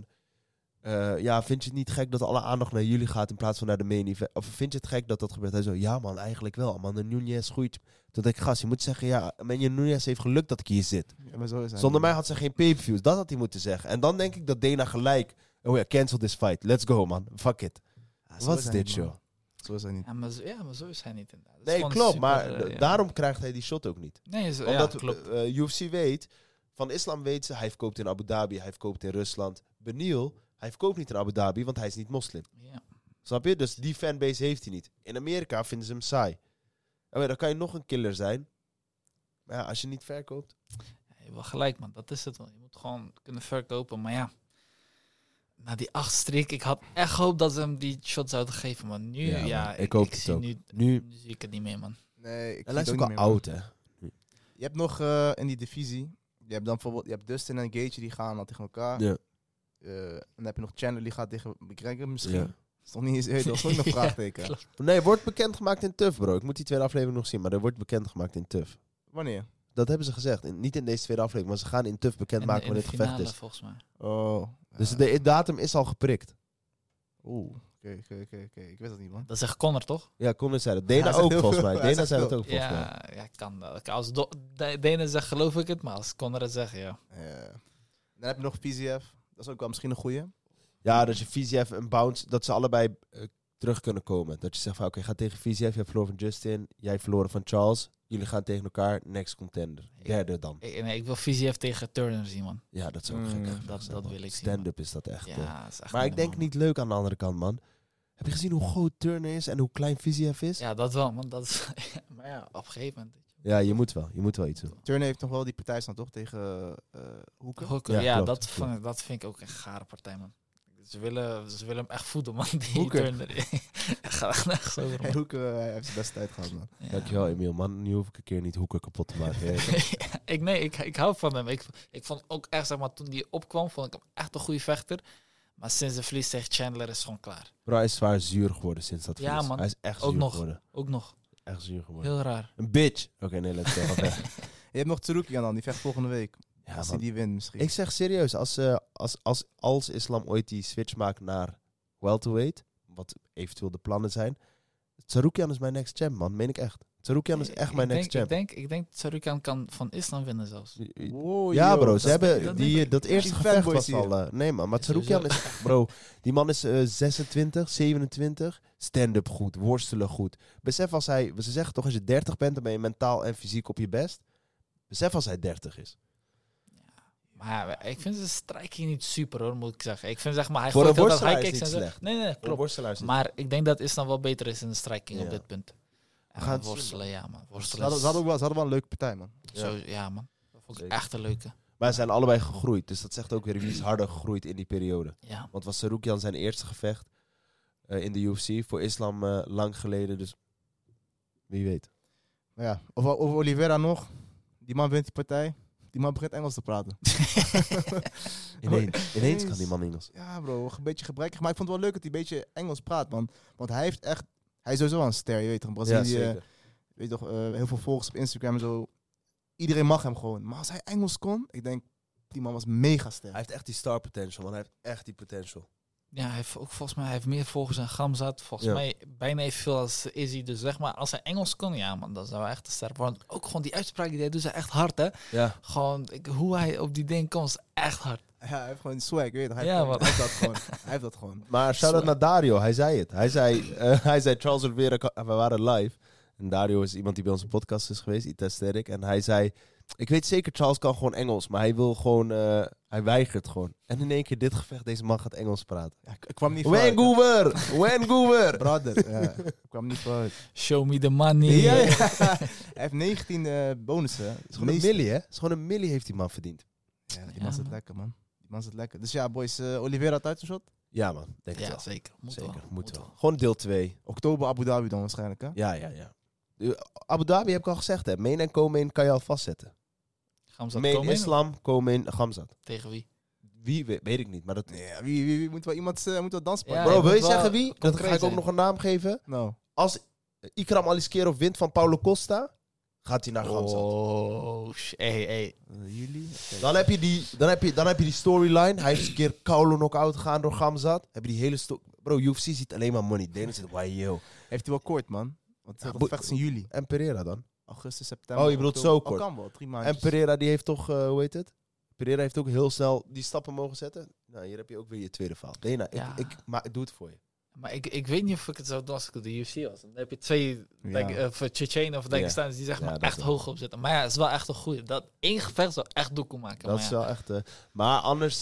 Vind je het niet gek dat alle aandacht naar jullie gaat... in plaats van naar de main event? Of vind je het gek dat dat gebeurt? Hij zo, ja man, eigenlijk wel. Man, de Nunes groeit. Toen dacht ik, gast, je moet zeggen... ja, man, Nunes heeft geluk dat ik hier zit. Ja, maar zo is hij Zonder niet. mij had ze geen pay-per-views. Dat had hij moeten zeggen. En dan denk ik dat Dana gelijk... oh ja, cancel this fight. Let's go, man. Fuck it. Ja, zo Wat is is hij dit, niet, man. joh? Zo is hij niet. Maar zo is hij niet, inderdaad. Dat is Nee, gewoon klopt. super, Maar ja. daarom krijgt hij die shot ook niet. Nee, Omdat klopt. UFC weet... van Islam weet ze... hij verkoopt in Abu Dhabi. Hij verkoopt in Rusland. Beneil... hij verkoopt niet in Abu Dhabi... want hij is niet moslim. Ja. Snap je? Dus die fanbase heeft hij niet. In Amerika vinden ze hem saai. En dan kan je nog een killer zijn. Maar ja, als je niet verkoopt... Je hebt wel gelijk, man. Dat is het wel. Je moet gewoon kunnen verkopen. Maar ja, na die 8 streak, ik had echt gehoopt dat ze hem die shot zouden geven. Maar nu, Ja, man. ik Ik hoop het zie ook. nu Nu... zie ik het niet meer, man. Nee, ik Hij zie is het ook niet al meer, oud, man. hè? Je hebt nog in die divisie... Je hebt dan bijvoorbeeld... Je hebt Dustin en Gaethje die gaan dan tegen elkaar. Ja. En dan heb je nog Chandler die gaat tegen McGregor misschien. Ja. Dat is toch niet eens... Dat is ook nog een vraagteken. klopt. Nee, wordt bekendgemaakt in TUF, bro. Ik moet die tweede aflevering nog zien, maar er wordt bekendgemaakt in TUF. Wanneer? Dat hebben ze gezegd. Niet in deze tweede aflevering, maar ze gaan in TUF bekendmaken In wanneer de het gevecht finale, is. volgens mij. Oh. Dus de datum is al geprikt. Oeh. Oké. Ik weet dat niet, man. Dat zegt Connor, toch? Ja, Connor zei dat. Dana Hij zegt ook, heel volgens veel. mij. Hij Dana zegt zei dat veel. ook, volgens mij. Ja, kan dat. Als Dene zegt, geloof ik het. Maar als Connor het zegt, ja. Dan heb je nog PZF. Dat is ook wel misschien een goeie. Ja, dat je VZF en Bounce, dat ze allebei terug kunnen komen. Dat je zegt van, oké, ga tegen VZF, jij verloren van Justin, jij verloren van Charles. Jullie gaan tegen elkaar, next contender. Derde dan. Ik wil VZF tegen Turner zien, man. Ja, dat is ook Mm, gek. dat wil ik zien, Stand-up is dat echt. Ja, dat is echt Maar ik denk normaal, niet leuk aan de andere kant, man. Heb je gezien hoe groot Turner is en hoe klein VZF is? man. Ja, dat wel, man. Dat is, maar ja, op een gegeven moment. Ja, je moet wel iets doen. Turner heeft nog wel die partij staan, toch? Tegen Hoeken. Hooker, Ja, ja, klopt, dat vind ik ook een gare partij, man. Ze willen hem echt voeden, man. Die Hooker. Turner. Gaat echt zo over, Hey, man. Hoeken hij heeft zijn beste tijd gehad, man. Ja. Dankjewel, Emiel, man. Nu hoef ik een keer niet Hoeken kapot te maken. Ik hou van hem. Ik vond ook echt, zeg maar, toen die opkwam, vond ik hem echt een goede vechter. Maar sinds de verlies tegen Chandler is het gewoon klaar. Bro, hij is zwaar zuur geworden sinds dat Ja, verlies. man. Hij is echt Ook zuur nog. geworden. Ook nog. Echt zuur geworden. Heel raar. Een bitch. Oké, nee, let's go. Ga weg. Je hebt nog Tsarukyan dan, die vecht volgende week. Ja, Als hij man. die wint misschien. Ik zeg serieus, als Islam ooit die switch maakt naar welterweight, wat eventueel de plannen zijn, Tsarukyan is mijn next champ, man. Meen ik echt. Tsarukyan is echt mijn next champ. Ik denk dat Tsarukyan kan van Islam winnen zelfs. Wow, Ja, yo, bro, dat ze is- hebben dat die, denk ik. dat eerste Die gevecht fanboys was al... nee, man, maar Tsarukyan is echt, bro, die man is 26, 27, stand-up goed, worstelen goed. Besef als hij, ze zeggen toch, als je 30 bent, dan ben je mentaal en fysiek op je best. Besef als hij 30 is. Maar ik vind zijn striking niet super hoor, moet ik zeggen. Ik vind zeg maar, hij Voor gooit een heel dat worstelaar high is kicks het en niet zo. slecht. Nee, klopt. Worstelaar is niet- Maar ik denk dat Islam wel beter is in de striking Ja. op dit punt. En gaan het worstelen, ja man. Ze Worstelen hadden wel een leuke partij, man. ja man. Dat vond ik Zeker. echt een leuke. Maar ze zijn allebei gegroeid. Dus dat zegt ook weer wie is harder gegroeid in die periode. Ja. Want was Saroukian zijn eerste gevecht in de UFC. Voor Islam lang geleden. Dus wie weet. Maar ja, over Oliveira nog. Die man wint die partij. Die man begint Engels te praten. Ineens kan die man Engels. Ja bro, een beetje gebrekkig. Maar ik vond het wel leuk dat hij een beetje Engels praat, man. Want hij heeft echt... Hij is sowieso een ster, je weet toch. Ja, Brazilië, zeker. weet toch, heel veel volgers op Instagram en zo. Iedereen mag hem gewoon. Maar als hij Engels kon, ik denk, die man was mega sterk. Hij heeft echt die star potential, man. Hij heeft echt die potential. Ja, hij heeft ook volgens mij hij heeft meer volgers dan Gamzat. Volgens Ja. mij bijna evenveel als Izzy. Dus zeg maar, als hij Engels kon, ja man, dan zou hij echt een ster worden. Ook gewoon die uitspraak die hij doet, is echt hard hè. Ja. Gewoon, hoe hij op die ding komt, is echt hard. Ja, hij heeft gewoon swag, weet je toch. Ja, Hij heeft dat gewoon. Hij heeft dat gewoon. Maar shout-out naar Dario. Hij zei het. Hij zei Charles Oliveira, we waren live. En Dario is iemand die bij onze podcast is geweest, Itasterik. En hij zei, ik weet zeker Charles kan gewoon Engels. Maar hij wil gewoon, hij weigert gewoon. En in één keer dit gevecht, deze man gaat Engels praten. Ja, ik kwam niet vooruit. Vancouver! Brother, ja. Ik kwam niet vooruit. Show me the money. Ja, ja. Hij heeft 19 bonussen. Het is gewoon een millie, hè? Het is gewoon een millie heeft die man verdiend. Ja, die Ja, man zit man. lekker, man. Die man zit lekker. Dus ja, boys, Oliveira titleshot. Ja, man. Denk het Ja, wel. zeker. Moet Zeker, wel. moet wel. Gewoon deel 2. Oktober Abu Dhabi dan waarschijnlijk, hè? Ja. Abu Dhabi heb ik al gezegd, hè. Main en co-main kan je al vastzetten. Gamzat Main komen Islam, co-main Gamzat. tegen wie? Wie, weet ik niet. Maar dat... Nee, wie moet wel iemand moet wel dansen Ja, pakken. Bro, je wil je moet wel zeggen wie? Dat concreet ga ik ook zijn. nog een naam geven. Nou. Als Ikram Aliskerov wint van Paulo Costa, gaat hij naar Gamzat. Oh, hey. Jullie? Dan heb je die storyline. Hij is een keer koude knock-out gegaan door Gamzat. Heb je die hele Bro, UFC ziet alleen maar money. Denen zit, wow, yo. Heeft hij wel kort, man. Want Ja, dat vecht is in juli. En Pereira dan? Augustus, september. Oh, je bedoelt oktober. zo kort. Oh, kan wel, 3 maanden. En Pereira die heeft toch, hoe heet het? Pereira heeft ook heel snel die stappen mogen zetten. Nou, hier heb je ook weer je tweede faal. Dena, Ja. ik doe het voor je. Maar ik weet niet of ik het zou doen als ik op de UFC was. Dan heb je twee, Ja. denk, voor Tsjetsjenen of Dagestans die zeg Ja, maar dat echt wel. hoog opzetten. Maar ja, het is wel echt een goeie. Dat één gevecht zou echt doekoe maken. Dat maar is ja. wel echt... maar anders...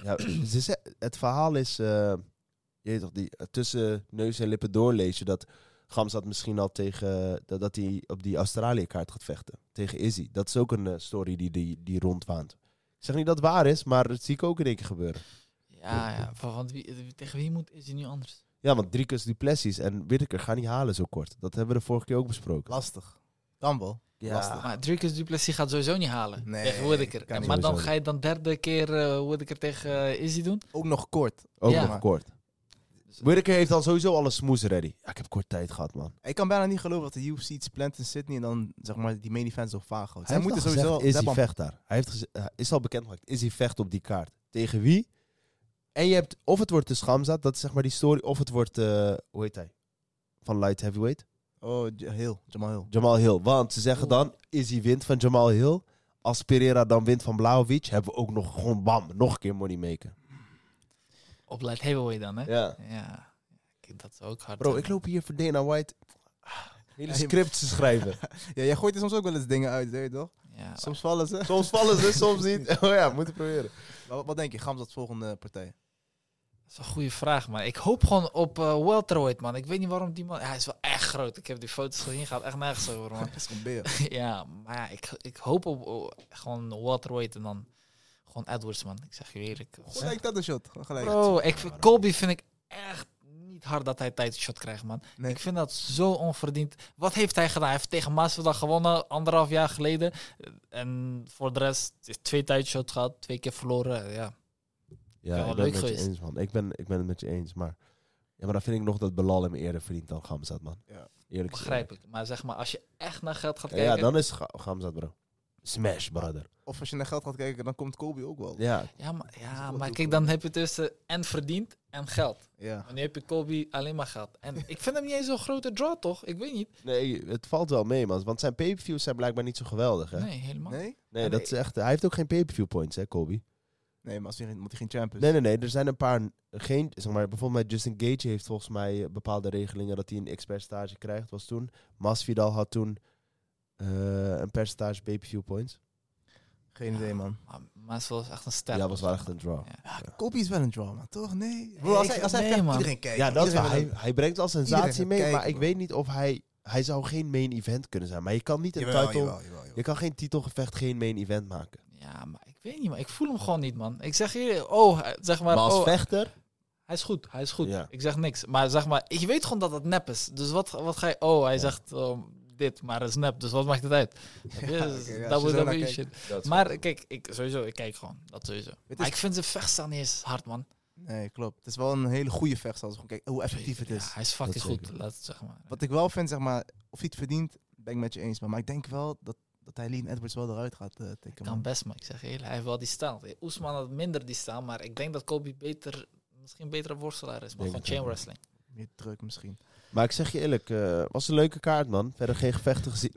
het verhaal is... je weet toch, tussen neus en lippen doorlees je dat Gamzat misschien al tegen... dat hij op die Australië-kaart gaat vechten. Tegen Izzy. Dat is ook een story die rondwaant. Ik zeg niet dat het waar is, maar dat zie ik ook in één keer gebeuren. Ja, want tegen wie moet is hij nu anders? Ja, want Dricus Duplessis en Whittaker gaan niet halen zo kort. Dat hebben we de vorige keer ook besproken. Lastig. Kan wel. Ja. lastig. Maar Dricus Duplessis gaat sowieso niet halen Nee, tegen Whittaker. kan niet. Maar dan Sowieso ga je dan derde keer Whittaker tegen Izzy doen? Ook nog kort. Ook Ja. nog kort. Whittaker heeft dan sowieso alle smoes ready. Ja, ik heb kort tijd gehad, man. Ik kan bijna niet geloven dat de UFC iets plant in Sydney en dan zeg maar die main event zo vaag houdt. Zij Hij moeten heeft al sowieso... gezegd, Izzy Zebban- vecht daar. Hij heeft is al bekend gemaakt. Izzy vecht op die kaart. Tegen wie? En je hebt, of het wordt de Gamzat, dat is zeg maar die story, of het wordt, hoe heet hij? Van light heavyweight? Oh, Jamal Hill. Jamal Hill. Want ze zeggen dan, Izzy wint van Jamal Hill. Als Pereira dan wint van Blachowicz, hebben we ook nog gewoon bam, nog een keer money maken. Op light heavyweight dan, hè? Ja. Ja. Kijk, dat is ook hard. Bro, zijn. ik loop hier voor Dana White hele Ja, je- scripts te schrijven. Ja, jij gooit er soms ook wel eens dingen uit, weet je toch? Ja, Soms vallen ze. Soms vallen ze, soms niet. Oh ja, moeten proberen. Maar wat denk je, Gamzat volgende partij? dat is een goede vraag, maar ik hoop gewoon op welterweight, man. Ik weet niet waarom die man... Ja, hij is wel echt groot. Ik heb die foto's gezien, gaat echt nergens over, man. Dat is een beer. Ja, maar ja, ik hoop op gewoon welterweight en dan gewoon Edwards, man. Ik zeg je eerlijk. Gewoon lijkt dat een shot. Gewoon gelijk. Bro, Colby vind ik echt niet hard dat hij tijdshot krijgt, man. Nee. Ik vind dat zo onverdiend. Wat heeft hij gedaan? Hij heeft tegen Masvidal gewonnen 1,5 jaar geleden. En voor de rest is 2 titelshots gehad, 2 keer verloren. Ja. Ja, wel ik ben leuk het met je geweest. eens, man. Ik ben het met je eens, maar... Ja, maar dan vind ik nog dat Belal hem eerder verdient dan Gamzat, man. Ja. Eerlijk Begrijp ik. Maar zeg maar, als je echt naar geld gaat Ja, kijken... dan is Gamzat, bro. Smash, brother. Of als je naar geld gaat kijken, dan komt Colby ook wel. Ja, maar kijk, dan heb je tussen en verdiend en geld. Ja. En nu heb je Colby alleen maar geld. En ik vind hem niet eens zo'n grote draw, toch? Ik weet niet. nee, het valt wel mee, man. Want zijn pay-per-views zijn blijkbaar niet zo geweldig, hè? Nee, helemaal. Nee? Nee, En dat is echt... Hij heeft ook geen pay-per-view points, hè, Colby? Nee, maar als hij, moet hij geen champ is. Nee. Er zijn een paar... Zeg maar, bijvoorbeeld met Justin Gaethje heeft volgens mij bepaalde regelingen dat hij een x-percentage krijgt, was toen. Masvidal had toen een percentage pay-per-view points. Geen idee, man. Maar het was echt een ster. Ja, was wel echt een draw. Ja. Kobe is wel een draw, man. Toch? Nee. Nee, Bro, als hij nee, vecht, man. iedereen kijkt. Ja, dat is Iedereen waar. wil Hij brengt al sensatie Iedereen mee, gaat maar kijken, ik weet niet of hij zou geen main event kunnen zijn. Maar je kan niet een Jawel, title... jawel. Je kan geen titelgevecht geen main event maken. Ja, maar ik weet niet, man. Ik voel hem gewoon niet, man. Ik zeg je, zeg maar... Maar als oh, vechter... hij is goed. Ja. Ik zeg niks. Maar zeg maar, je weet gewoon dat het nep is. Dus wat ga je... Oh, hij zegt dit, maar het is nep. Dus wat maakt het uit? als je zo naar WWE kijkt. shit. Dat is Maar kijk, ik kijk gewoon. Dat sowieso. Het Maar is- ik vind zijn vechtstijl niet eens hard, man. Nee, klopt. Het is wel een hele goede vecht. Als we gewoon kijken hoe effectief het is. Ja, hij is fucking Dat goed. zeker. Laat het zeggen maar. Wat ik wel vind, zeg maar, of hij het verdient, ben ik met je eens. Maar ik denk wel dat hij Leon Edwards wel eruit gaat tikken. Kan Man. best, maar ik zeg eerlijk, hij heeft wel die stijl. Oesman had minder die stijl, maar ik denk dat Kobe misschien een betere worstelaar is. Maar Denk gewoon het chain wel. wrestling. Meer druk misschien. Maar ik zeg je eerlijk, was een leuke kaart, man. Verder geen gevechten gezien.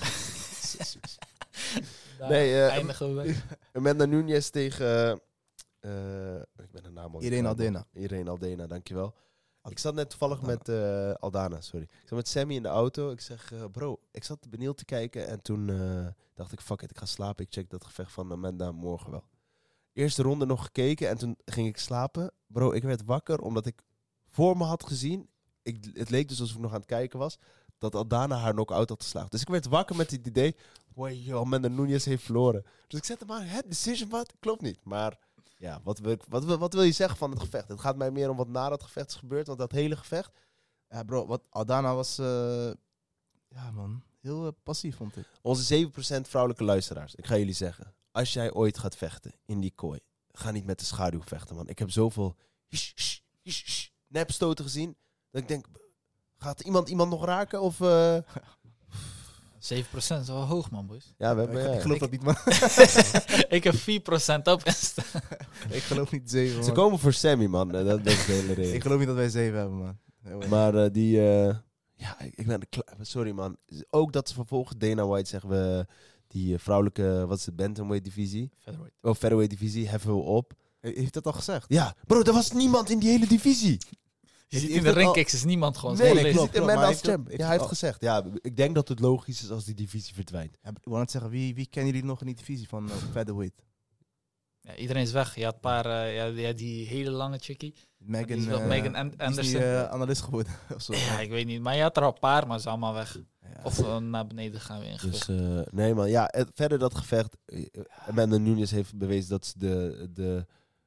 Daar Nee, eindigen we. Amanda Nunes tegen... ik ben de naam al Irene Aldana. Irene Aldana, dankjewel. Ik zat net toevallig met Aldana, sorry. Ik zat met Sammy in de auto. Ik zeg, bro, ik zat benieuwd te kijken. En toen dacht ik, fuck it, ik ga slapen. Ik check dat gevecht van Amanda morgen wel. Eerste ronde nog gekeken en toen ging ik slapen. Bro, ik werd wakker omdat ik voor me had gezien. Het leek dus alsof ik nog aan het kijken was. Dat Aldana haar knock-out had geslagen. Dus ik werd wakker met het idee. Wow, Amanda Nunes heeft verloren. Dus ik zette maar, decision wat? Klopt niet. Maar ja, wat wil je zeggen van het gevecht? Het gaat mij meer om wat na dat gevecht is gebeurd. Want dat hele gevecht... Ja, bro, wat Aldana was... ja, man. Heel passief, vond ik. Onze 7% vrouwelijke luisteraars. Ik ga jullie zeggen. Als jij ooit gaat vechten in die kooi. Ga niet met de schaduw vechten, man. Ik heb zoveel nepstoten gezien. Dat ik denk... Gaat iemand nog raken? Of... 7% is wel hoog, man, boys. Ja, we hebben... Ik geloof dat niet, man. Ik heb 4% op Insta. Ik geloof niet 7, man. Ze komen voor Sammy, man. Dat is de hele reden. Ik geloof niet dat wij 7 hebben, man. Maar die... ja, ik ben sorry, man. Ook dat ze vervolgens Dana White zeggen we... Die vrouwelijke... Wat is het? Bantamweight divisie? Featherweight divisie. Heffen we op. Heeft dat al gezegd? Ja, bro, er was niemand in die hele divisie. Je ziet heeft in de het al- ringkicks is niemand gewoon. Nee, zo ik lezen. zit in klopt, Man maar als heeft het- champ. heeft Ja, het hij heeft al- gezegd. Ja, ik denk dat het logisch is als die divisie verdwijnt. Ja, ik wou net zeggen, wie kennen jullie nog in die divisie van featherweight? Ja, iedereen is weg. Je had een paar, die hele lange chickie. Megan, Die is wel Megan Anderson. Anderson. Analist geworden. Of zo. Ja, ik weet niet. Maar je had er al een paar, maar ze zijn allemaal weg. Ja. Of naar beneden gaan we in gewicht. Dus nee, man. Ja, verder dat gevecht. Amanda Nunes heeft bewezen dat ze de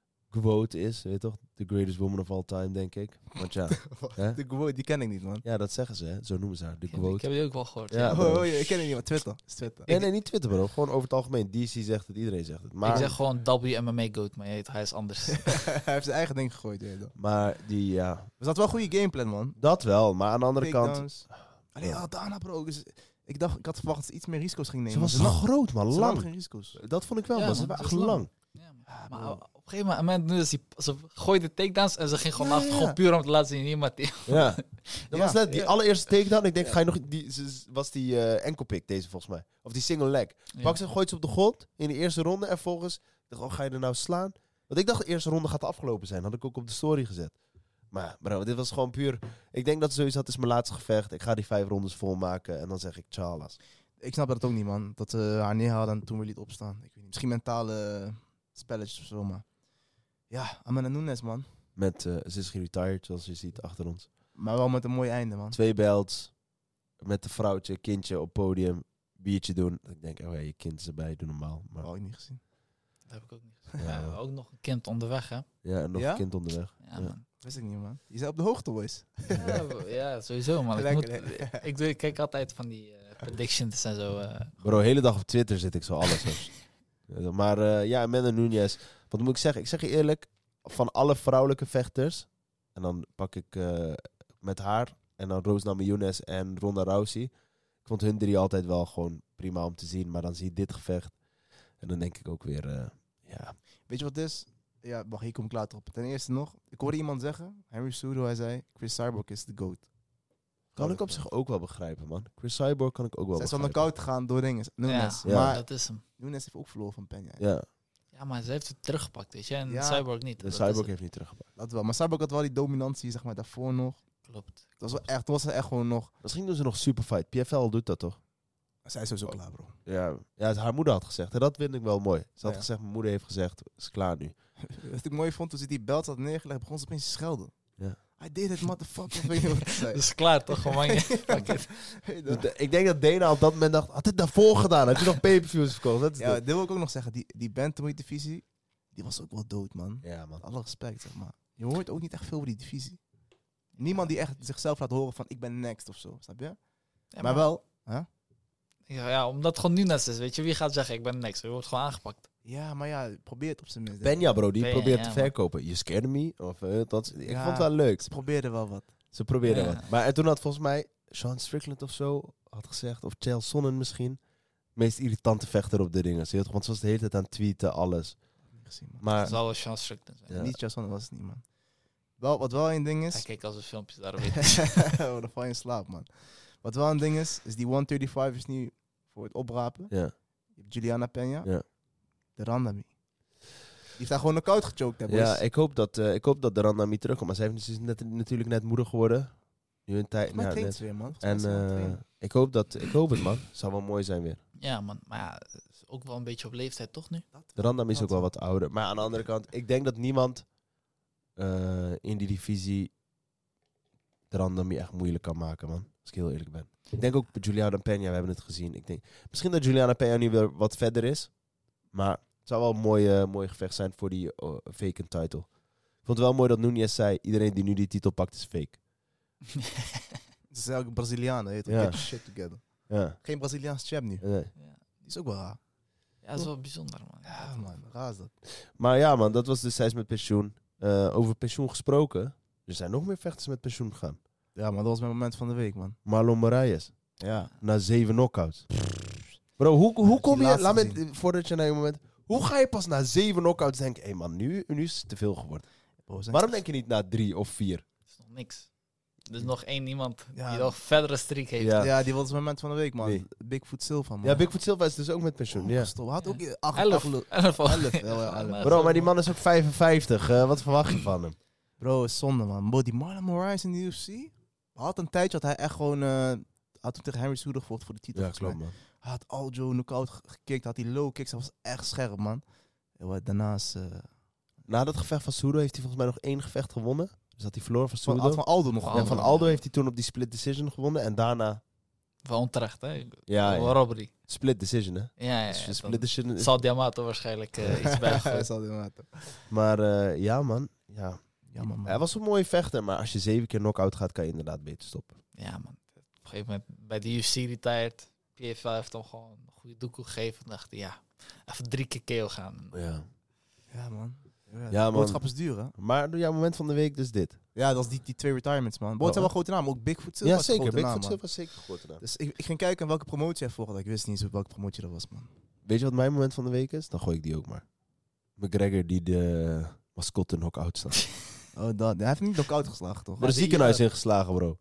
quote is. Weet je toch? The greatest woman of all time, denk ik. Want ja, hè? De quote, die ken ik niet, man. Ja, dat zeggen ze, hè? Zo noemen ze haar. De Ik quote. heb die ook wel gehoord. Ja, Ja. bro. Ik ken het niet, maar Twitter. Is Twitter. Nee, niet Twitter, bro. Gewoon over het algemeen. DC zegt het, iedereen zegt het. Maar, Ik zeg gewoon WMMA GOAT, maar hij is anders. Hij heeft zijn eigen ding gegooid. Ja, dan. maar die, ja... Er zat wel een goede gameplan, man. Dat wel, maar aan de andere kant... Takedowns. Alleen Aldana, bro. Dus ik had verwacht dat ze iets meer risico's ging nemen. Ze was zo groot, man. Ze nam Lang. geen risico's. Dat vond ik wel, Ja, maar ze man, waren ze echt is lang. lang. Ja, maar op een gegeven moment, nu is ze gooide takedowns en ze ging gewoon Ja, af, ja. gewoon puur om te laten zien iemand die. Ja. Dat was net die ja. allereerste takedown. Ik denk, ga je nog... Was die enkelpick, deze volgens mij. Of die single leg. Pak ze, gooit ze op de grond in de eerste ronde. En volgens, dacht, oh, ga je er nou slaan? Want ik dacht, de eerste ronde gaat afgelopen zijn. Had ik ook op de story gezet. Maar bro, dit was gewoon puur... Ik denk dat sowieso, het is mijn laatste gevecht. Ik ga die 5 rondes volmaken. En dan zeg ik, tjallas. Ik snap dat ook niet, man. Dat ze haar neerhaalden en toen weer liet opstaan. Ik weet niet. Misschien mentale spelletjes of zo, maar... Ja, Amanda Nunes, man. Met, ze is geretired, zoals je ziet achter ons. Maar wel met een mooi einde, man. 2 belts. Met een vrouwtje, kindje op podium. Biertje doen. Ik denk, oh ja, je kind is erbij, doe normaal. Maar, Dat had ik niet gezien. Dat heb ik ook niet. Ja. Ja, ook nog een kind onderweg, hè? ja, en nog Ja? een kind onderweg. Ja, Ja. man. Wist ik niet, man. Je zei op de hoogte, boys. Ja, sowieso, man. Lekker, Ik kijk altijd van die predictions en zo. Bro, de hele dag op Twitter zit ik zo alles. Maar ja, Amanda Nunes. Wat moet ik zeggen? Ik zeg je eerlijk. Van alle vrouwelijke vechters. En dan pak ik met haar. En dan Rose Namajunas en Ronda Rousey. Ik vond hun 3 altijd wel gewoon prima om te zien. Maar dan zie je dit gevecht. En dan denk ik ook weer... ja. Weet je wat het is? Ja, wacht, hier kom ik later op. Ten eerste nog, ik hoorde iemand zeggen, Henry Cejudo, hij zei, Chris Cyborg is de GOAT. Kan ik op zich ook wel begrijpen, man. Chris Cyborg kan ik ook wel Zij is van begrijpen. knock-out gegaan door dingen. Nunes. Ja. Maar dat is hem. Nunes heeft ook verloren van Peña. Ja, Ja, maar ze heeft het teruggepakt, weet je. En Ja. Cyborg niet. de Dat is Cyborg het. heeft niet teruggepakt. Dat wel. Maar Cyborg had wel die dominantie, zeg maar, daarvoor nog. Klopt. Dat was wel echt, was er echt gewoon nog... Misschien doen ze nog Superfight. PFL doet dat toch? Zij is sowieso klaar, bro. Ja, haar moeder had gezegd. En dat vind ik wel mooi. Ze had Ja. gezegd, mijn moeder heeft gezegd, is klaar nu. Wat ik mooi vond, toen ze die belt had neergelegd, begon ze opeens te schelden. Ja. I did it, motherfucker. Weet je wat ik zei? Dat is klaar toch? Gewoon, fuck it. Ik denk dat Dana op dat moment dacht, had dit daarvoor gedaan? Had je nog pay-per-views verkocht? Dat is Ja, het. dit wil ik ook nog zeggen. Die bantamweight divisie, die was ook wel dood, man. Ja, man. Met alle respect, zeg maar. Je hoort ook niet echt veel over die divisie. Niemand die echt zichzelf laat horen van, ik ben next of zo. Snap je? Ja, maar wel... Huh? Ja, omdat het gewoon nu net is. Weet je, wie gaat zeggen, ik ben next. Je wordt gewoon aangepakt. Ja, maar ja, probeer het op zijn minst. Benja, bro, die Benja, probeert ja, te man. verkopen. You scared me? Of, ik Ja. vond het wel leuk. Ze probeerden wel wat. Ze probeerden Ja. wat. Maar en toen had volgens mij Sean Strickland of zo had gezegd, of Chael Sonnen misschien, meest irritante vechter op de ringen. Ze had, want ze was de hele tijd aan het tweeten, alles. Niet gezien, man. Dat Maar zal wel Sean Strickland zijn. Ja. Niet Jason was het niet, man. Wat wel een ding Hij is... kijkt al zijn filmpjes, daarom weet ik. Oh, dan val je in slaap, man. Wat wel een ding is die 135 is nu voor het oprapen. ja, Je hebt Juliana Peña. Ja. De Randami. Die heeft daar gewoon knock-out gechoked, hè, boys. ja ik hoop dat de Randami terugkomt. Maar zij heeft dus natuurlijk net moeder geworden. Nu een tijd. Volgens mij Ja, traint net. ze weer, man. En ik hoop het, man. Zou wel mooi zijn weer. Ja, man. Maar ja, het is ook wel een beetje op leeftijd, toch nu? De Randami is ook wel wat ouder. Maar aan de andere kant, ik denk dat niemand in die divisie de Randami echt moeilijk kan maken, man. Als ik heel eerlijk ben. Ik denk ook bij Juliana Peña, we hebben het gezien. Ik denk, misschien dat Juliana Peña nu weer wat verder is. Maar het zou wel een mooi gevecht zijn voor die vacant title. Ik vond het wel mooi dat Nunes zei, iedereen die nu die titel pakt is fake. Ze is ook Braziliaan, heet Ja. Get your shit together. Ja. Geen Braziliaans champ nu. Nee. Die is ook wel raar. Ja, dat is wel bijzonder, man. Ja, man. Raar is dat. Maar ja, man, dat was dus zij is met pensioen. Over pensioen gesproken. Er zijn nog meer vechters met pensioen gegaan. Ja, maar dat was mijn moment van de week, man. Marlon Moraes. Ja. Na 7 knockouts. Bro, hoe kom je... laatste Laat me, gezien. voordat je naar je moment... Hoe ga je pas na 7 knockouts denken... Hé man, nu is het te veel geworden. Bro, zijn- Waarom denk je niet na 3 of 4? Dat is nog niks. Er is nog één iemand Ja. die nog verdere streak heeft. Ja. Ja, die was mijn moment van de week, man. Wie? Bigfoot Silva, man. Ja, Bigfoot Silva is dus ook met pensioen. Ja. Stop. Had ook 8 11. 11 al. 11, ja, 11. Bro, maar die man is ook 55. Wat verwacht je van hem? Bro, is zonde, man. Bro, die Marlon Moraes in de UFC... Had een tijdje dat hij echt gewoon... had toen tegen Henry Cejudo gevochten voor de titel. Ja, volgens mij. klopt man. Hij had Aljo knock-out gekikt. Had hij low kicks. Hij was echt scherp, man. En wat daarnaast... Na dat gevecht van Cejudo heeft hij volgens mij nog 1 gevecht gewonnen. Dus dat hij verloren van van, Cejudo. van Aldo nog. Van Ja, van Aldo heeft hij toen op die split decision gewonnen. En daarna... Wel onterecht, hè? Ja, Wel ja. robbery. Split decision, hè? Ja, Dus ja. split decision is- Zal Diamato waarschijnlijk iets bij Hij zal die maken. Maar ja, man. Ja. Jammer, man. Hij was een mooie vechter, maar als je 7 keer knock-out gaat, kan je inderdaad beter stoppen. Ja, man. Op een gegeven moment bij de UFC retired. PFL heeft hem gewoon een goede doekoe gegeven. En dacht hij, ja, even 3 keer KO gaan. Ja. Ja, man. Ja, man. Boodschap is duur, hè? Maar jouw moment van de week dus dit. Ja, dat is die 2 retirements, man. Bro, het zijn wel grote namen. Ook Bigfoot Silva Ja, is een zeker. grote naam, Bigfoot man. Silva is zeker goed gedaan. Dus ik ging kijken welke promotie hij volgde. Ik wist niet eens welke promotie dat was, man. Weet je wat mijn moment van de week is? Dan gooi ik die ook maar. McGregor die de mascotte knock-out slaat. Oh, dat. Hij heeft hem niet knock-out geslagen, toch? Door een ziekenhuis ingeslagen, bro.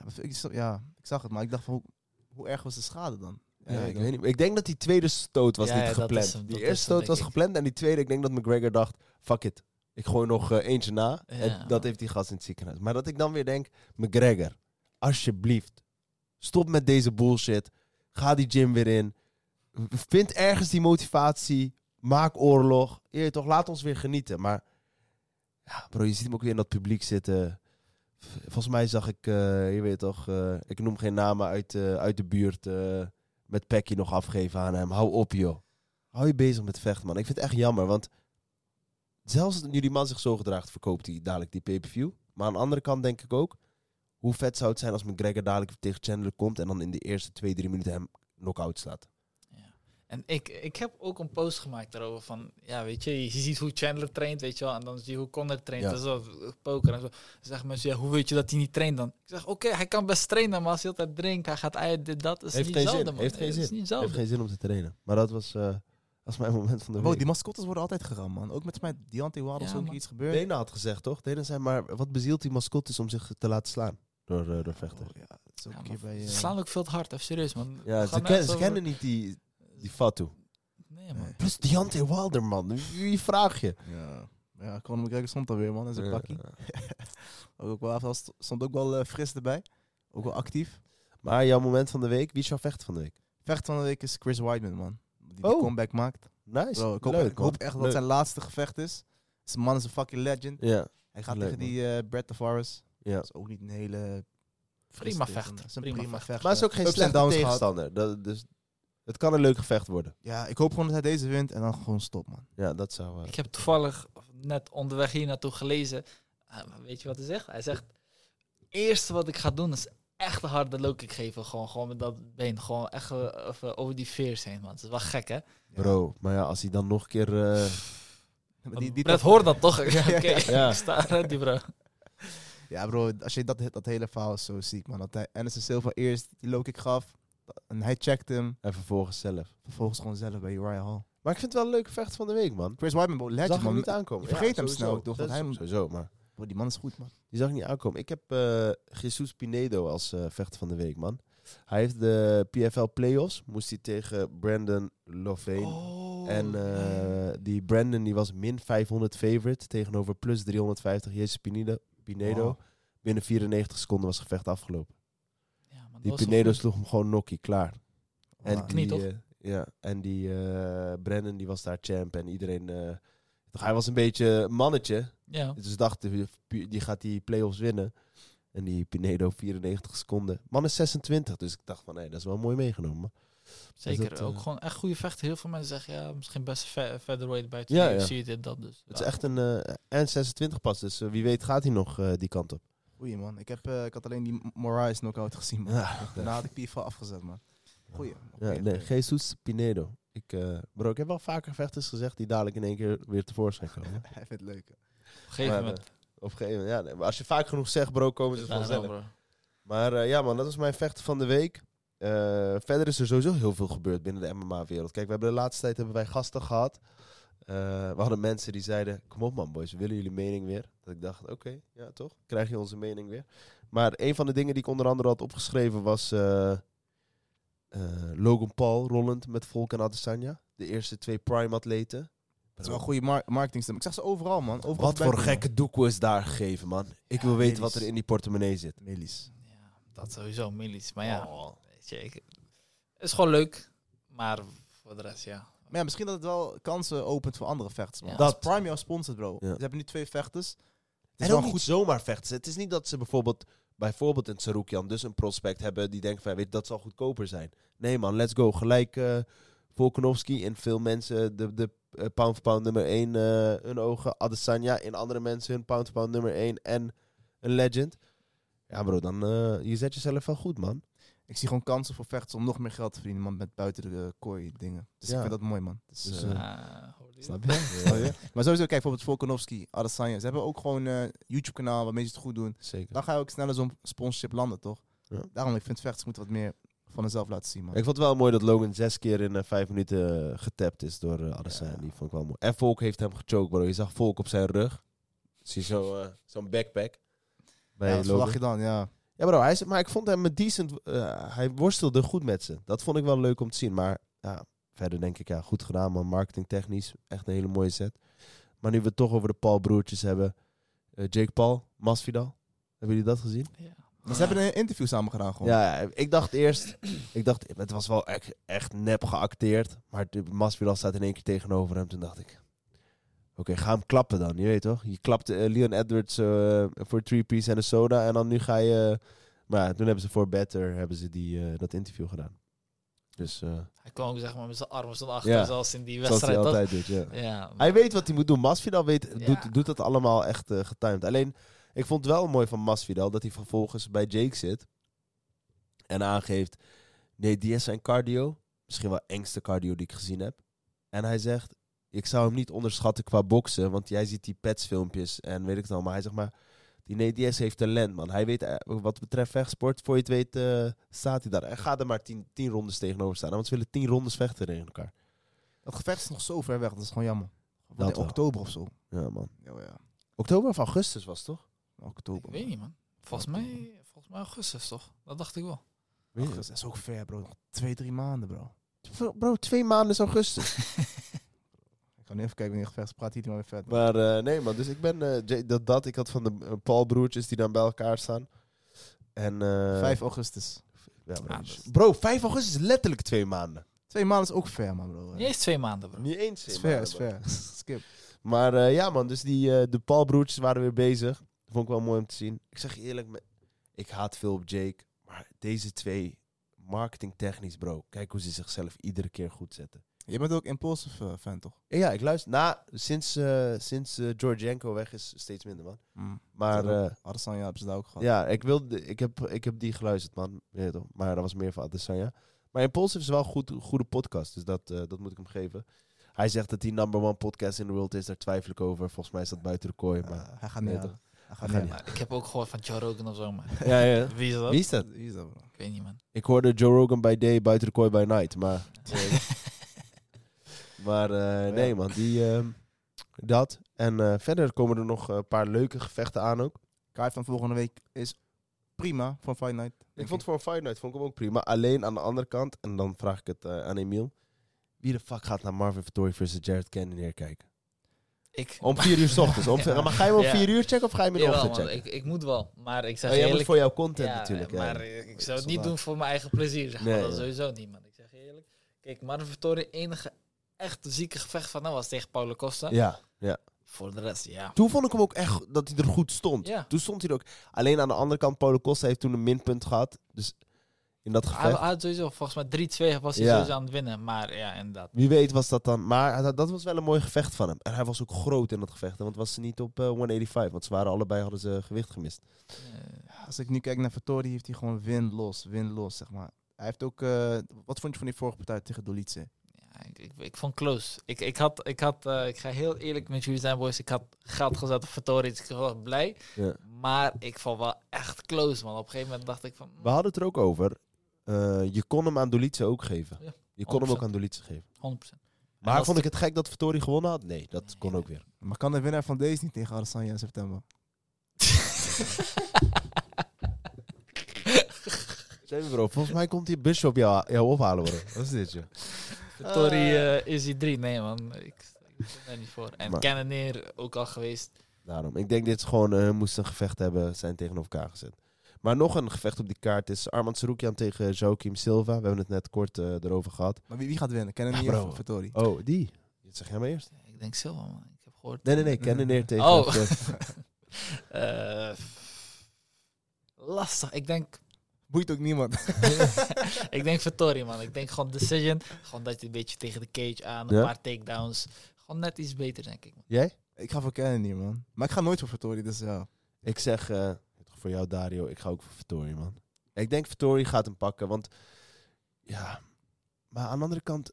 Ik zag het, maar ik dacht van, hoe erg was de schade dan? Ja, ik weet niet. Ik denk dat die tweede stoot was Ja, niet ja, dat gepland. is hem, Die dat eerste is hem, stoot denk was ik. gepland en die tweede, ik denk dat McGregor dacht, fuck it. Ik gooi nog eentje na. Ja. En dat heeft die gast in het ziekenhuis. Maar dat ik dan weer denk, McGregor, alsjeblieft, stop met deze bullshit. Ga die gym weer in. Vind ergens die motivatie. Maak oorlog. Toch, laat ons weer genieten. Maar ja, bro, je ziet hem ook weer in dat publiek zitten. Volgens mij zag ik, je weet toch, ik noem geen namen uit de buurt, met Pekkie nog afgeven aan hem. Hou op, joh. Hou je bezig met vechten, man. Ik vind het echt jammer, want zelfs nu die man zich zo gedraagt, verkoopt hij dadelijk die pay-per-view. Maar aan de andere kant denk ik ook, hoe vet zou het zijn als McGregor dadelijk tegen Chandler komt en dan in de eerste 2-3 minuten hem knock-out slaat. En ik heb ook een post gemaakt daarover van, ja, weet je ziet hoe Chandler traint, weet je wel, en dan zie je hoe Conor traint, Ja. en zo, poker en zo. Dan zeggen mensen, ja, hoe weet je dat hij niet traint dan? Ik zeg, oké, hij kan best trainen, maar als hij altijd drinkt, hij gaat uit, dit, dat, is Heeft niet geen hetzelfde, zin. man. Heeft geen Het is zin. niet Heeft hetzelfde. geen zin om te trainen. Maar dat was mijn moment van de Bro, week. die mascottes worden altijd geramd, man. Ook met mij, Deontay Wilder is Ja, ook man. iets gebeurd. Dana had gezegd, toch? Dana zei, maar wat bezielt die mascottes om zich te laten slaan door vechters? Oh, ja, dat is ook Ja, een maar keer bij... ze slaan ook veel te hard, even serieus, man. Ja, We ze, gaan ken- nergens ze over- kennen niet die Fatu. Nee, man. Plus Deontay Wilder, man. Wie vraag je? Ja, Conor McGregor stond alweer, man, in zijn pakkie. Ook wel, hij stond ook wel fris erbij. Ook wel actief. Maar jouw moment van de week, wie is jouw vechter van de week? Vecht van de week is Chris Weidman, man. Die Oh. comeback maakt. Nice. Bro, ik Leuk, hoop echt dat Leuk. zijn laatste gevecht is. Deze man is een fucking legend. Ja. Hij gaat Leuk, tegen die Brett Tavares. Ja. Dat is ook niet een hele... Prima frisse vecht. tegen. Dat is een Prima prima vecht. vecht. Maar het is ook geen Ups en slechte downs gehad. tegenstander. Dus het kan een leuk gevecht worden. Ja, ik hoop gewoon dat hij deze wint en dan gewoon stop, man. Ja, dat zou... Ik heb toevallig net onderweg hier naartoe gelezen. Weet je wat hij zegt? Hij zegt, het eerste wat ik ga doen is echt een harde low kick geven. Gewoon met dat been. Gewoon echt even over die veers heen, man. Het is wel gek, hè? Bro, maar ja, als hij dan nog een keer... Maar Brett hoort dat toch? Ja, ja, Oké, ja. ik sta ready, bro. Ja, bro, als je dat hele verhaal is zo ziek, man. Dat hij Anderson Silva eerst die low kick gaf en hij checkte hem. En vervolgens zelf. Vervolgens gewoon zelf bij Uriah Hall. Maar ik vind het wel een leuke vecht van de week, man. Chris Weidman, bro, legend, Zag hem man. niet aankomen. Je vergeet hem sowieso. snel ook, toch? Dat Dat hij hem- sowieso, maar Bro, die man is goed, man. die zag ik niet aankomen. Ik heb Jesus Pinedo als vechter van de week, man. Hij heeft de PFL Playoffs. Moest hij tegen Brandon Lovane. Oh, En die Brandon die was min 500 favorite tegenover plus 350 Jesus Pinedo. Wow. Binnen 94 seconden was het gevecht afgelopen. ja, man, dat Die was wel Pinedo goed. sloeg hem gewoon nokkie klaar. En Wow. Knie, die, toch? ja, en die Brandon die was daar champ en iedereen... toch, hij was een beetje een mannetje. Ja, Dus dachten, die gaat die playoffs winnen. En die Pinedo 94 seconden. Man is 26, dus ik dacht van, nee, dat is wel mooi meegenomen. zeker. dat, ook gewoon echt goede vechten. Heel veel mensen zeggen, ja, misschien best featherweight bij het Ja, UFC, ja. dit, dat dus. Het is echt een... en 26 pas, dus wie weet gaat hij nog die kant op. Goeie, man. Ik had alleen die Moraes knockout gezien, man. Ja. Daarna had ik PFL afgezet, man. Goeie. Ja, nee, Jesus Pinedo. Ik heb wel vaker vechters gezegd die dadelijk in één keer weer tevoorschijn komen. Hij vindt het leuk. Op een gegeven Maar, moment. Op een gegeven moment, ja. Nee, maar als je vaak genoeg zegt, bro, komen ze Ja, vanzelf. bro. Maar ja, man, dat was mijn vechter van de week. Verder is er sowieso heel veel gebeurd binnen de MMA-wereld. Kijk, we hebben de laatste tijd hebben wij gasten gehad. We hadden mensen die zeiden, kom op man, boys, we willen jullie mening weer. Dat ik dacht, oké, ja toch, krijg je onze mening weer. Maar een van de dingen die ik onder andere had opgeschreven was Logan Paul rollend met Volk en Adesanya. De eerste 2 prime-atleten. Het is wel een goede marketingstem. Ik zeg ze overal, man. Overal Wat voor voorbij komen. gekke doekoe is daar gegeven, man. Ik wil weten wat er in die portemonnee zit. Millies. Ja, dat sowieso, milies. Maar ja, Oh. weet je, het is gewoon leuk. Maar voor de rest, ja. Maar ja, misschien dat het wel kansen opent voor andere vechters, man. Ja. Dat is Dat. Prime jou sponsort, bro. Ja. Ze hebben nu 2 vechters. Het is En wel ook goed. niet zomaar vechten. Het is niet dat ze bijvoorbeeld een Sarukian, dus een prospect hebben die denken van, weet je, dat zal goedkoper zijn. Nee man, let's go. Gelijk Volkanovski in veel mensen de pound for pound nummer 1 hun ogen. Adesanya in andere mensen hun pound for pound nummer 1 en een legend. Ja bro, dan je zet jezelf wel goed man. Ik zie gewoon kansen voor vechters om nog meer geld te verdienen, man. Met buiten de kooi dingen. Dus Ja. ik vind dat mooi, man. Dus, Dus, Hoorde je snap dat? je? Snap je? Maar sowieso, kijk, bijvoorbeeld Volkanovski, Adesanya. Ze hebben ook gewoon een YouTube-kanaal waarmee ze het goed doen. Zeker. Dan ga je ook sneller zo'n sponsorship landen, toch? Ja. Daarom, ik vind vechters moeten wat meer van hunzelf laten zien, man. Ik vond het wel mooi dat Logan 6 keer in 5 minuten getapt is door Adesanya. Ja. Die vond ik wel mooi. En Volk heeft hem gechoked, bro. Je zag Volk op zijn rug. Zie je zo'n backpack. Bij Ja, wat Logan. verwacht je dan? Ja. Ja, bro, maar ik vond hem met decent... hij worstelde goed met ze. Dat vond ik wel leuk om te zien. Maar ja, verder denk ik, ja, goed gedaan, man. Marketingtechnisch. Echt een hele mooie set. Maar nu we het toch over de Paul-broertjes hebben. Jake Paul, Masvidal. Hebben jullie dat gezien? Ja. Maar ze hebben een interview samen gedaan, gewoon. Ja, ik dacht eerst... het was wel echt nep geacteerd. Maar Masvidal staat in één keer tegenover hem. Toen dacht ik... Oké, ga hem klappen dan. Je weet toch? Je klapt Leon Edwards voor 3-piece en een soda. En dan nu ga je... Maar ja, toen hebben ze voor Better dat interview gedaan. Dus Hij kwam ook zeg maar met zijn armen zo achter, Ja. zoals in die zoals hij wedstrijd. altijd doet, ja. Ja, maar- Hij weet wat hij moet doen. Masvidal Ja. doet dat allemaal echt getimed. Alleen, ik vond het wel mooi van Masvidal dat hij vervolgens bij Jake zit. En aangeeft, nee, die is zijn cardio. Misschien wel engste cardio die ik gezien heb. En hij zegt, ik zou hem niet onderschatten qua boksen. Want jij ziet die Pets filmpjes en weet ik het al. Maar hij zegt maar, die Nate Diaz heeft talent, man. Hij weet, wat betreft vechtsport, voor je het weet, staat hij daar. En gaat er maar 10 rondes tegenover staan. Want ze willen 10 rondes vechten tegen elkaar. Dat gevecht is nog zo ver weg, dat is gewoon jammer. Dat In wel. oktober of zo. Ja, man. Ja. Oktober of augustus was het, toch? Oktober. Ik weet niet, man. Volgens mij augustus, toch? Dat dacht ik wel. Ach, dat is ook ver, bro. Nog 2-3 maanden, bro. Bro, 2 maanden is augustus. Ik ga nu even kijken wanneer gevecht is. Praat hier maar weer vet. Maar nee, man. Dus ik ben ik had van de Paul-broertjes die dan bij elkaar staan. En 5 augustus. Ja, bro. Ah, dus- Bro, 5 augustus is letterlijk 2 maanden. 2 maanden is ook fair, man, bro. Niet eens 2 maanden, bro. Niet eens 2 Is fair, maanden, is bro. fair. Skip. Maar ja, man, dus de Paul-broertjes waren weer bezig. Dat vond ik wel mooi om te zien. Ik zeg je eerlijk, ik haat veel op Jake. Maar deze 2, marketingtechnisch, bro. Kijk hoe ze zichzelf iedere keer goed zetten. Je bent ook Impulsive fan, toch? Ja, ik luister. Sinds Georgienko weg is, steeds minder, man. Maar Adesanya hebben ze daar ook gehad. ja, ik heb die geluisterd, man. Weet je toch? Maar dat was meer van Adesanya. Maar Impulsive is wel een goede podcast. Dus dat moet ik hem geven. Hij zegt dat die number 1 podcast in the world is. Daar twijfel ik over. Volgens mij is dat buiten de kooi. Maar Hij gaat niet Nee, aan. toch? Hij gaat Hij niet gaat aan. Maar ik heb ook gehoord van Joe Rogan of zo, man. ja. Wie is dat? Wie is dat? Wie is dat, bro? Ik weet niet, man. Ik hoorde Joe Rogan by day, buiten de kooi by night. Maar, maar nee, man. Dat. En verder komen er nog een paar leuke gevechten aan ook. Kaart van volgende week is prima voor Fight Night. Ik vond voor een Fight Night vond ik hem ook prima. Alleen aan de andere kant, en dan vraag ik het aan Emiel. Wie de fuck gaat naar Marvin Vettori versus Jared Cannonier kijken? Ik. Om 4 uur 's ochtends. Maar ga je hem om Ja. 4 uur checken of ga je hem in de Jawel, ochtend man. checken? Ik moet wel. Maar ik zeg Oh, jij moet eerlijk... voor jouw content ja, natuurlijk. maar ja. ik zou het niet Zondag. doen voor mijn eigen plezier, zeg maar. Nee, Dat ja. sowieso niet, man. Ik zeg je eerlijk. Kijk, Marvin Vettori, enige echt zieke gevecht van nou was tegen Paulo Costa. Ja. Voor de rest, ja. Toen vond ik hem ook echt dat hij er goed stond. Ja. Toen stond hij er ook. Alleen aan de andere kant, Paulo Costa heeft toen een minpunt gehad. Dus in dat Hij gevecht. had sowieso, volgens mij 3-2 was hij Ja. sowieso aan het winnen. Maar ja, inderdaad. Wie weet was dat dan. Maar dat was wel een mooi gevecht van hem. En hij was ook groot in dat gevecht. Want was ze niet op 185. Want ze waren allebei hadden ze gewicht gemist. Als ik nu kijk naar Vettori, heeft hij gewoon win-los, zeg maar. Hij heeft ook... wat vond je van die vorige partij tegen Dolice? Ja, ik vond close. Ik ga heel eerlijk met jullie zijn, boys. Ik had geld gezet op Vettori, dus ik was blij. Ja. Maar ik vond wel echt close, man. Op een gegeven moment dacht ik van... We hadden het er ook over. Je kon hem aan Dolice ook geven. Ja, Je kon hem 100%. ook aan Dolice geven. 100%. Maar als vond ik het gek dat Vettori gewonnen had? Nee, dat Nee, kon nee. ook weer. Maar kan de winnaar van deze niet tegen Adesanya in september? Zeg bro, volgens mij komt die busje op jou ophalen, bro. Wat is dit, joh? Vettori is die 3. Nee, man. Ik ben er niet voor. En Maar- Cannonier ook al geweest. Daarom. Ik denk dit is gewoon, moesten een gevecht hebben, zijn tegenover elkaar gezet. Maar nog een gevecht op die kaart is Arman Tsarukyan tegen Joaquim Silva. We hebben het net kort erover gehad. Maar wie gaat winnen? Kennen Ja, niet bro. of Vettori? Oh, die. Zeg jij maar eerst. Ik denk Silva, man. Ik heb gehoord... Nee, Cannonier tegen... Oh. Lastig. Ik denk Boeit ook niemand. Ik denk Vettori, man. Ik denk gewoon decision. Gewoon dat je een beetje tegen de cage aan. Een Ja? paar takedowns. Gewoon net iets beter, denk ik. Man. Jij? Ik ga voor Cannonier, man. Maar ik ga nooit voor Vettori, dus ja. Ik zeg voor jou, Dario, ik ga ook voor Vettori, man. Ik denk Vettori gaat hem pakken, want... Ja, maar aan de andere kant...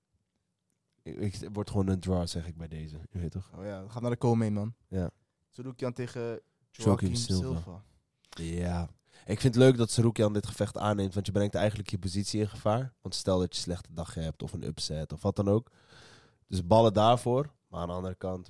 Het wordt gewoon een draw, zeg ik bij deze. Je weet toch? Oh ja, ga naar de co-main, man. Ja. Tsarukyan tegen Joaquim Joaquim Silva. Silva. Ja. Ik vind het leuk dat Tsarukyan dit gevecht aanneemt, want je brengt eigenlijk je positie in gevaar. Want stel dat je een slechte dag hebt, of een upset, of wat dan ook. Dus ballen daarvoor. Maar aan de andere kant...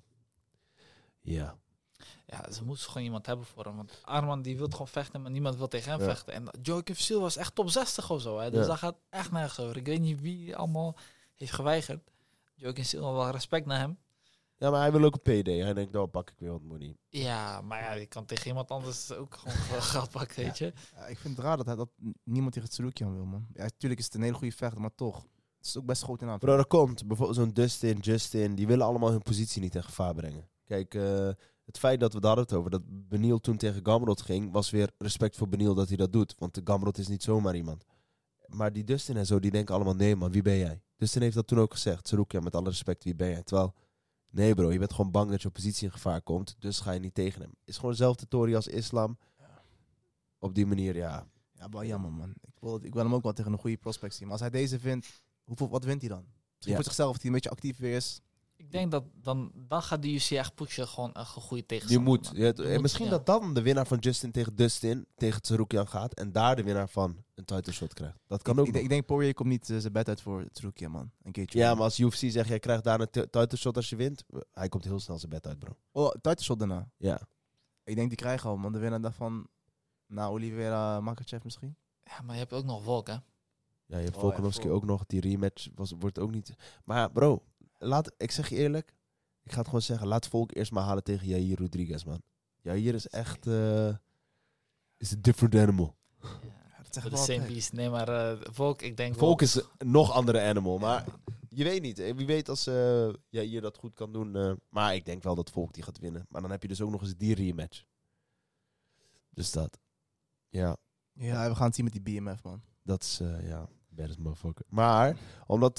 Ja. Ja, ze moesten gewoon iemand hebben voor hem. Want Arman die wil gewoon vechten, maar niemand wil tegen hem Ja. vechten. En Joaquim Silva was echt top 60 of zo. Hè? Dus Ja. dat gaat echt nergens over. Ik weet niet wie allemaal heeft geweigerd. Joaquim Silva, wel respect naar hem. Ja, maar hij wil ook een PD. Hij denkt, nou pak ik weer wat money. Ja, maar ja, je kan tegen iemand anders ook gewoon geld pakken, weet je. Ja, ik vind het raar dat niemand tegen Tsarukyan wil, man. Ja, natuurlijk is het een hele goede vechter, maar toch. Het is ook best groot in aantal. Bro, dat komt. Bijvoorbeeld zo'n Dustin, Justin. Die willen allemaal hun positie niet in gevaar brengen. Kijk, het feit dat we daar het over, dat Beneil toen tegen Gamrot ging, was weer respect voor Beneil dat hij dat doet. Want de Gamrot is niet zomaar iemand. Maar die Dustin en zo, die denken allemaal, nee man, wie ben jij? Dustin heeft dat toen ook gezegd. Tsarukyan, met alle respect, wie ben jij? Terwijl, nee bro, je bent gewoon bang dat je positie in gevaar komt. Dus ga je niet tegen hem. Is gewoon dezelfde theorie als islam. Op die manier, ja. Ja, wel jammer, man. Ik wil hem ook wel tegen een goede prospect zien. Maar als hij deze vindt, wat wint hij dan? Misschien Ja. voor zichzelf, dat hij een beetje actief weer is. Ik denk dat dan gaat de UFC echt pushen gewoon een goede Je tegenstander. moet. man. Je- Je moet, misschien ja. dat dan de winnaar van Justin tegen Dustin tegen Tsarukyan gaat. En daar de winnaar van een title shot krijgt. Dat kan ook nog. Ik denk Poirier komt niet zijn bed uit voor Tsarukyan, man. Een keertje. Ja, maar als UFC zegt, jij krijgt daar een title shot als je wint. Hij komt heel snel zijn bed uit, bro. Oh, title shot daarna. Ja. Ik denk die krijgen al, man. De winnaar daarvan, Oliveira Makachev misschien. Ja, maar je hebt ook nog Volk, hè? Ja, je hebt Oh, Volkanovski ja, ook nog. Die rematch wordt ook niet... Maar ja, bro. Ik zeg je eerlijk. Ik ga het gewoon zeggen. Laat Volk eerst maar halen tegen Yair Rodriguez, man. Yair is echt... is a different animal. Ja. Dat Voor zeggen de we same altijd. beast. Nee, maar Volk, ik denk Volk wel... is een nog andere animal, maar je weet niet. Wie weet als jij hier dat goed kan doen. Maar ik denk wel dat Volk die gaat winnen. Maar dan heb je dus ook nog eens die rematch. Dus dat. Ja, Ja, we gaan het zien met die BMF, man. dat is, baddest motherfucker. Maar, omdat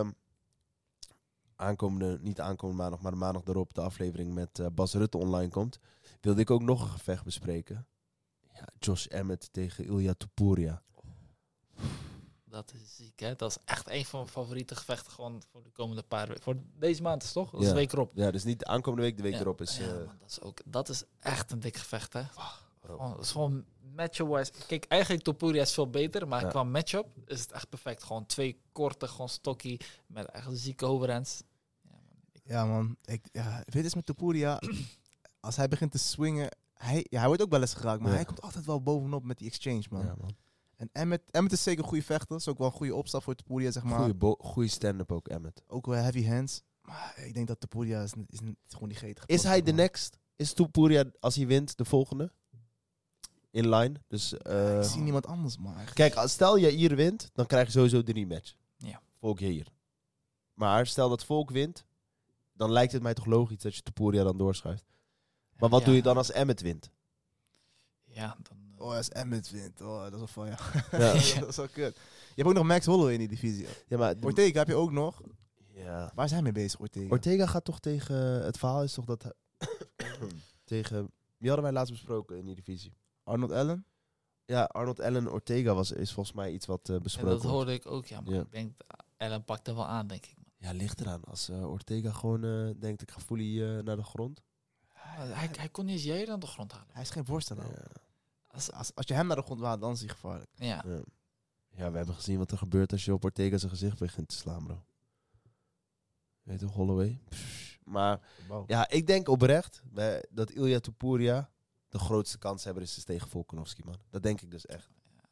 niet aankomende maandag, maar de maandag daarop de aflevering met Bas Rutte online komt, wilde ik ook nog een gevecht bespreken. Ja, Josh Emmett tegen Ilya Topuria. Dat is ziek, hè? Dat is echt een van mijn favoriete gevechten gewoon voor de komende paar weken. Voor deze maand is het toch? Dat is Ja. de week erop. Ja, dus niet de aankomende week, de week Ja. erop is... Ja, man, dat is echt een dik gevecht, hè? bro. Dat is gewoon matchup-wise. Kijk, eigenlijk Topuria is veel beter, maar Ja. qua matchup is het echt perfect. Gewoon 2 korte, gewoon stokkie met echt zieke overhands. Ja, man. Weet je eens met Topuria, als hij begint te swingen, hij wordt ook wel eens geraakt, maar Ja. hij komt altijd wel bovenop met die exchange, man. Ja, man. En Emmett is zeker een goede vechter. Is ook wel een goede opstap voor Topuria, zeg maar. Goeie stand-up ook, Emmett. Ook wel heavy hands. Maar ik denk dat Topuria is gewoon die getige. Is hij de man. next? Is Topuria, als hij wint, de volgende? In line. Dus, Ik zie niemand anders, man. eigenlijk. kijk, stel Jair wint, dan krijg je sowieso de rematch. Ja. Volk Jair. Maar stel dat Volk wint, dan lijkt het mij toch logisch dat je Topuria dan doorschuift. Maar wat Ja. doe je dan als Emmett wint? Ja, dan... Oh, als Emmett wint. Oh, dat is wel van ja. Ja. Dat is wel kut. Je hebt ook nog Max Holloway in die divisie. Ja, maar Ortega heb je ook nog. ja. Waar is hij mee bezig, Ortega? Ortega gaat toch tegen... Het verhaal is toch dat hij... tegen... Wie hadden wij laatst besproken in die divisie? Arnold Allen? Ja, Arnold Allen Ortega is volgens mij iets wat En besproken dat wordt. hoorde ik ook, ja. Maar Ja. ik denk, Ellen pakt er wel aan, denk ik. Man. Ja, ligt eraan. Als Ortega gewoon denkt, ik ga fully naar de grond. Hij kon niet eens Jair aan de grond halen. Hij is geen worstelaar. Ja. Als je hem naar de grond haalt, dan is hij gevaarlijk. Ja. Ja. Ja, we hebben gezien wat er gebeurt als je op Ortega zijn gezicht begint te slaan, bro. Weet je toch, Holloway? Pff, maar ja, ik denk oprecht dat Ilya Topuria de grootste kanshebber is tegen Volkanovski, man. Dat denk ik dus echt.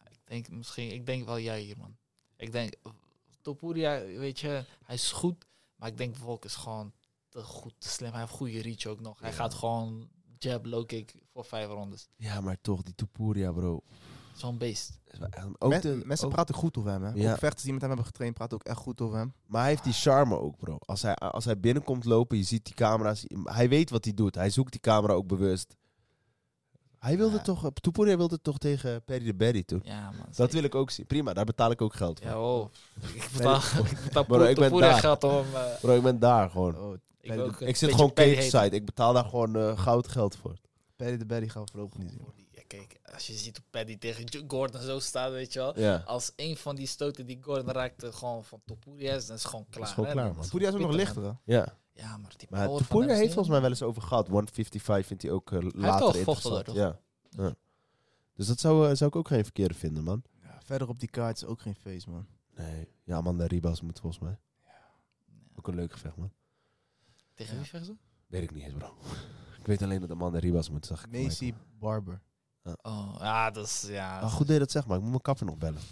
Ik denk wel jij hier, man. Ik denk, Topuria, weet je, hij is goed. Maar ik denk, Volk is gewoon te goed, te slim. Hij heeft goede reach ook nog. Hij gaat gewoon jab, low kick voor 5 rondes. Ja, maar toch, die Topuria, bro. Zo'n beest. Is wel echt- ook Mensen ook- praten goed over hem, hè? Ja. Ook vechters die met hem hebben getraind praten ook echt goed over hem. Maar hij heeft die charme ook, bro. Als hij binnenkomt lopen, je ziet die camera's. Hij weet wat hij doet. Hij zoekt die camera ook bewust. Hij wilde Topuria wilde toch tegen Perry de Berry toe. Ja, man. Dat wil ik ook zien. Prima, daar betaal ik ook geld voor. Ja, oh. Ik betaal Bro, ik ben Topuria daar. geld om... Bro, ik ben daar gewoon. Oh, ik wil ook een Ik zit beetje gewoon Paddy cage haten. side. Ik betaal daar gewoon goud geld voor. Paddy de Berry gaan we voorlopig niet zien. Ja, kijk, als je ziet hoe Paddy tegen Gordon zo staat, weet je wel. Ja. Als een van die stoten die Gordon raakte gewoon van Topuria is, dan is het gewoon klaar. gewoon hè. klaar, Dan man. is Topuria is ook nog pittig, lichter, man. hè? Ja. Ja, maar die Maar power van Topuria hem is heeft niet volgens mij wel eens over gehad. 155 vindt hij ook later wel gevochten, interessant. toch? Ja. Dus dat zou ik ook geen verkeerde vinden, man. Ja, verder op die kaart is ook geen feest, man. Nee. Ja, Amanda Ribas moet volgens mij. Ook een leuk gevecht, man. Tegen wie vechten ze? Weet ik niet eens, bro. Ik weet alleen dat Amanda Ribas moet, zag ik. Macy Barber. Oh, ja, dat is... Ja, Ah, goed dat je dat zegt, maar ik moet mijn kapper nog bellen.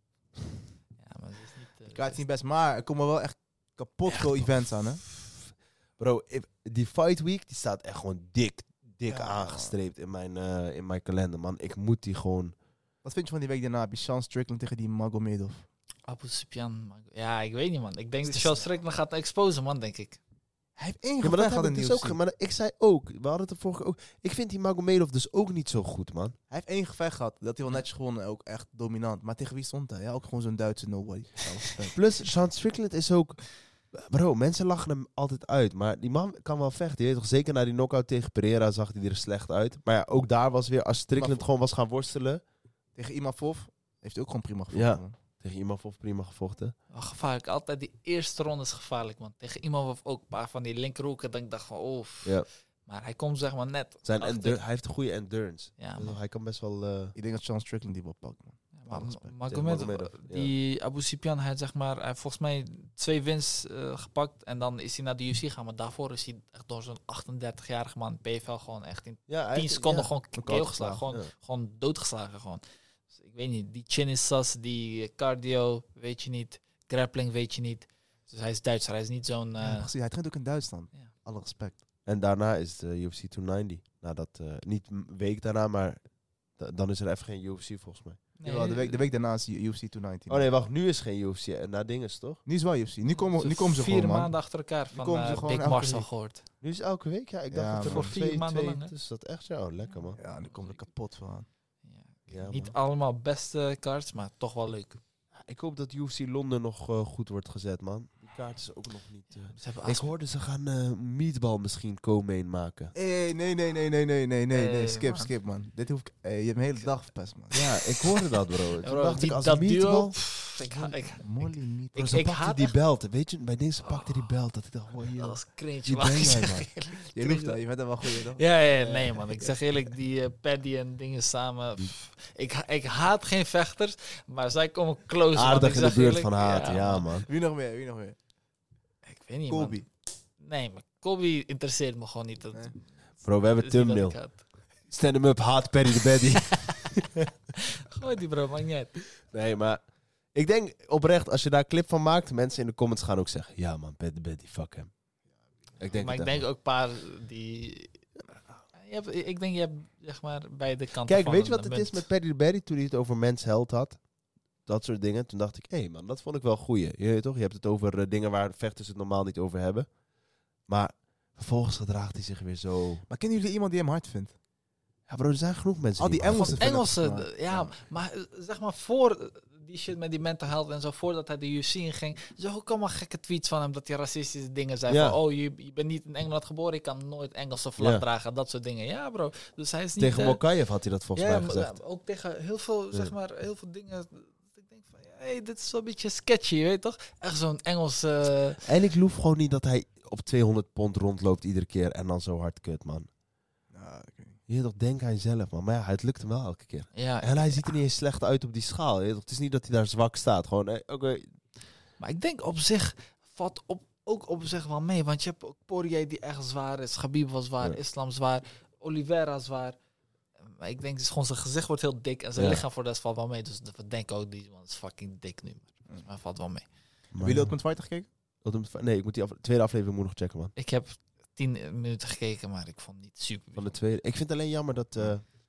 ja maar dat is niet... Die kaart is niet best, maar er komen wel echt kapot veel events aan, hè? Bro, die fight week die staat echt gewoon dik Ja. aangestreept in mijn kalender, man. Ik moet die gewoon... Wat vind je van die week daarna? Heb je Sean Strickland tegen die Magomedov? Abu Sufyan. Maar- Ja, ik weet niet, man. Ik denk dat is- Charles Strickland gaat exposen, man, denk ik. Hij heeft één Ja, maar gevecht dat gehad heb in ik de dus UFC. ook. Maar ik zei ook, we hadden het er vorige keer ook. Ik vind die Magomedov dus ook niet zo goed, man. Hij heeft één gevecht gehad. Dat hij wel netjes gewonnen. Ook echt dominant. Maar tegen wie stond hij? Ja, ook gewoon zo'n Duitse nobody. Plus, Sean Strickland is ook... Bro, mensen lachen hem altijd uit. Maar die man kan wel vechten. Je weet toch, zeker na die knockout tegen Pereira zag hij er slecht uit. Maar ja, ook daar was weer... Als Strickland Maar- gewoon was gaan worstelen... Tegen Imavov heeft hij ook gewoon prima gevochten. Ja. man. Tegen iemand of prima gevochten. Wel gevaarlijk. Altijd die eerste ronde is gevaarlijk, man. Tegen iemand of ook een paar van die linkerhoeken. Dan ik dacht van, oh. Ja. Maar hij komt zeg maar net. Zijn achter. hij heeft een goede endurance. Ja, Dus man. hij kan best wel... Ik denk dat Sean Strickland die wel pakt, man. Maar respect. Magomedov, Magomedov, ja. die Abu Sufyan, hij heeft volgens mij 2 wins gepakt. En dan is hij naar de UFC gegaan. Maar daarvoor is hij echt door zo'n 38-jarige man PFL gewoon echt in Ja, hij 10 heeft- seconden ja. gewoon Knock-out KO geslagen. geslagen, Gewoon, gewoon doodgeslagen gewoon. Dus ik weet niet, die chin is sas, die cardio weet je niet. Grappling weet je niet. Dus hij is Duitser, hij is niet zo'n... Ja, precies. Hij traint ook in Duitsland. Ja. Alle respect. En daarna is het UFC 290. Nadat, niet een week daarna, maar dan is er even geen UFC volgens mij. Nee, Jawel, de week daarna is UFC 219. Oh nee, wacht, nu is geen UFC. Na dinges, toch? Nu is wel UFC. Nu komen ze 4 gewoon, man. maanden achter elkaar van komen ze gewoon Big elke Marcel week. gehoord. Nu is elke week? Ja, ik dacht Ja, dat er man. nog Voor 4 maanden lang, hè? Dus dat echt zo. Oh, lekker, man. Ja, nu komt er kapot van. Ja. Ja, Niet man. allemaal beste cards, maar toch wel leuk. Ik hoop dat UFC Londen nog goed wordt gezet, man. Die kaart is ook nog niet... Ze hebben Ik hoorde ze gaan Meatball misschien co-main maken. Nee. Skip, man. skip, man. Dit hoef ik... je hebt mijn hele dag verpest, man. Ja, ik hoorde dat, bro. Toen Bro, dacht die- ik, als dat Meatball... duo, ik Molly niet. Bro, ik- ze ik pakte haat die echt- belt. Weet je, bij deze pakte die belt. Dat ik dacht, oh, dat was cringe, Wie man. ben Ik jij, zeg man? eerlijk. Je hoeft dat, je bent er wel goed, toch? Ja, nee man. Ik zeg eerlijk, die Paddy en dingen samen. Ik haat geen vechters, maar zij komen close. man. aardig Ik in de zeg buurt eerlijk, van haat. Ja, man. Wie nog meer? Ik weet niet, Colby. man. Nee, maar Kobe interesseert me gewoon niet. Dat, Nee. Bro, we hebben is niet dat thumbnail. ik haat. Stand him up, haat Paddy the Baddy. Gooi die bro, maakt niet uit. Nee, maar ik denk oprecht, als je daar een clip van maakt, mensen in de comments gaan ook zeggen, ja man, Paddy the Baddy, fuck hem. Ik denk Maar ik het denk echt. ook een paar die... ik denk je hebt zeg maar beide kanten Kijk, van weet je de wat het munt. is met Paddy the Baddy toen hij het over Mens Held had? Dat soort dingen. Toen dacht ik, hé man, dat vond ik wel goeie. Je weet toch? Je hebt het over dingen waar vechters het normaal niet over hebben. Maar vervolgens gedraagt hij zich weer zo. Maar kennen jullie iemand die hem hard vindt? Ja bro, er zijn genoeg mensen Al die hem Engelsen. Van Engelsen, vinden het- ja, maar zeg maar voor die shit met die mental health en zo, voordat hij de UFC in ging, zo ook allemaal gekke tweets van hem dat hij racistische dingen zei. Ja. Van, oh, je bent niet in Engeland geboren, je kan nooit Engelse vlag Ja. dragen, dat soort dingen. Ja, bro. Dus hij is niet... Tegen Mokayev had hij dat volgens mij maar, gezegd. ook tegen heel veel, zeg maar, heel veel dingen. Dat ik denk van, hey, dit is wel een beetje sketchy, weet je toch? Echt zo'n Engels... En ik loef gewoon niet dat hij op 200 pond rondloopt iedere keer en dan zo hard kut, man. Ja, ik weet niet. Je toch, denk aan jezelf, man. Maar ja, het lukt hem wel elke keer. ja, En hij ziet er niet eens slecht uit op die schaal. Je toch? Het is niet dat hij daar zwak staat. Gewoon, oké. Maar ik denk op zich valt ook op zich wel mee. Want je hebt ook Poirier die echt zwaar is. Khabib was zwaar. Ja. Islam zwaar. Oliveira zwaar. Maar ik denk het is gewoon zijn gezicht wordt heel dik. En zijn Ja. lichaam voor de rest valt wel mee. Dus we denken ook die man is fucking dik nu. Maar valt wel mee. Hebben jullie Ultimate Fighter gekeken? Nee, ik moet die tweede aflevering moet nog checken, man. Ik heb 10 minuten gekeken. Maar ik vond het niet super. Van de tweede. Ik vind het alleen jammer dat...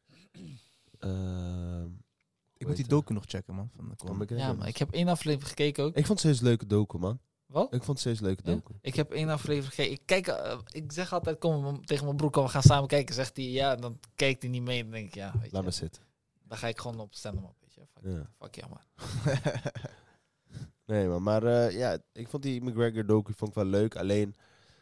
Ik moet die docu nog checken, man. Van de Conor. Ja, maar ik heb 1 aflevering gekeken ook. Ik vond het steeds een leuke docu, man. Wat? Ik vond het steeds een leuke Ja? docu. Ik heb 1 aflevering gekeken. Ik kijk, ik zeg altijd tegen mijn broer, kom, we gaan samen kijken. Zegt hij ja, dan kijkt hij niet mee. Dan denk ik, ja, weet Laat je. me zitten. Dan ga ik gewoon op stand-up op, weet je. Ja. Fuck ja, man. Nee, man. Maar ja, ik vond die McGregor docu vond ik wel leuk. Alleen...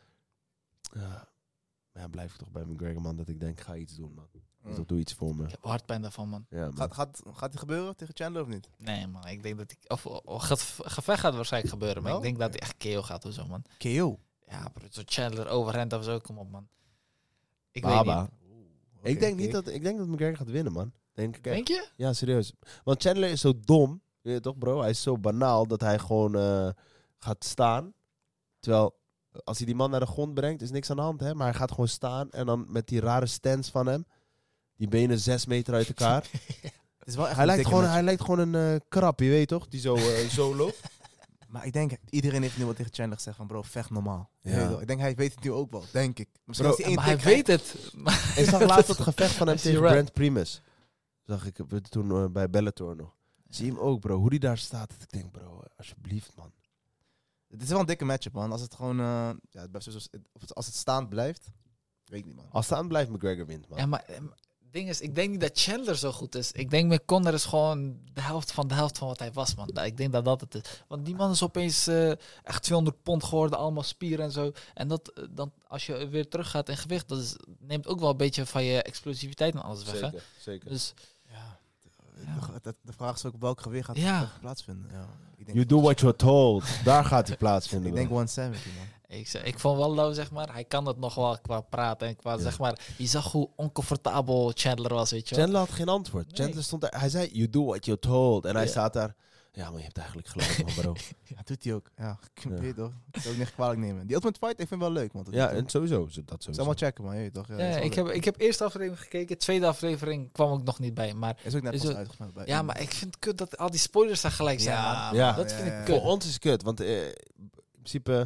ja, blijf ik toch bij McGregor, man. Dat ik denk, ga iets doen, man. Dus dat doe iets voor me. Ik heb hartpijn daarvan, man. Ja, man. Gaat het gebeuren tegen Chandler of niet? Nee, man. Ik denk dat ik... gevecht gaat waarschijnlijk gebeuren, maar Wel? ik denk dat hij echt KO gaat of zo, man. KO. Ja, bro, zo Chandler overhand of zo, kom op, man. Ik Baba. weet niet. Ik denk dat McGregor gaat winnen, man. Denk ik echt. Denk je? Ja, serieus. Want Chandler is zo dom. Weet je toch, bro? Hij is zo banaal dat hij gewoon gaat staan. Terwijl, als hij die man naar de grond brengt, is niks aan de hand, hè? Maar hij gaat gewoon staan en dan met die rare stance van hem. Die benen 6 meter uit elkaar. Het is wel echt hij, een lijkt dikke gewoon, match. hij lijkt gewoon een krab, je weet toch? Die zo loopt. Maar ik denk, iedereen heeft nu wat tegen Chandler gezegd van bro, vecht normaal. Ja. Je weet wel. Ik denk, hij weet het nu ook wel, denk ik. Misschien Bro, als hij één Maar hij tik krijgt- weet het. Maar Ik zag laatst het gevecht van hem Is hij tegen rap? Brent Primus. Zag ik toen bij Bellator nog. Zie je hem ook, bro. Hoe die daar staat. Ik denk, bro, alsjeblieft, man. Het is wel een dikke matchup, man. Als het gewoon, als het staand blijft, weet ik niet, man. Als het aan blijft, McGregor wint, man. Ja, maar ding is, ik denk niet dat Chandler zo goed is. Ik denk met Conor is gewoon de helft van wat hij was, man. Ik denk dat dat het is. Want die man is opeens echt 200 pond geworden, allemaal spieren en zo. En dan als je weer teruggaat in gewicht, neemt ook wel een beetje van je explosiviteit en alles weg, hè? Zeker, zeker. Dus Ja. Ja. De vraag is ook op welk gewicht gaat Ja. het plaatsvinden. Ja. Ik denk, You do what you're told. Daar gaat hij plaatsvinden. ik denk 170, man. ik vond wel low, zeg maar. Hij kan het nog wel qua praten en qua, Ja. zeg maar... Je zag hoe oncomfortabel Chandler was, weet je wel. Chandler had geen antwoord. Nee. Chandler stond daar. Hij zei, you do what you're told. En hij Ja. staat daar. Ja, maar je hebt eigenlijk gelijk, man, bro. Ja, doet hij ook. Ja, ik Ja. weet toch. Ik zou ook niet kwalijk nemen. Die Ultimate Fight, ik vind wel leuk, man. tot nu Ja, toe. en sowieso. Dat Ik zal sowieso. maar checken, man. Je weet toch. Ja, dat is wel leuk. Ik heb eerste aflevering gekeken, tweede aflevering kwam ook nog niet bij. Maar Is ook net Is pas het- uitgesmeerd bij. ja, maar ik vind het kut dat al die spoilers daar gelijk zijn, man. Ja. Dat vind ik Voor kut. ons is het kut. Want in principe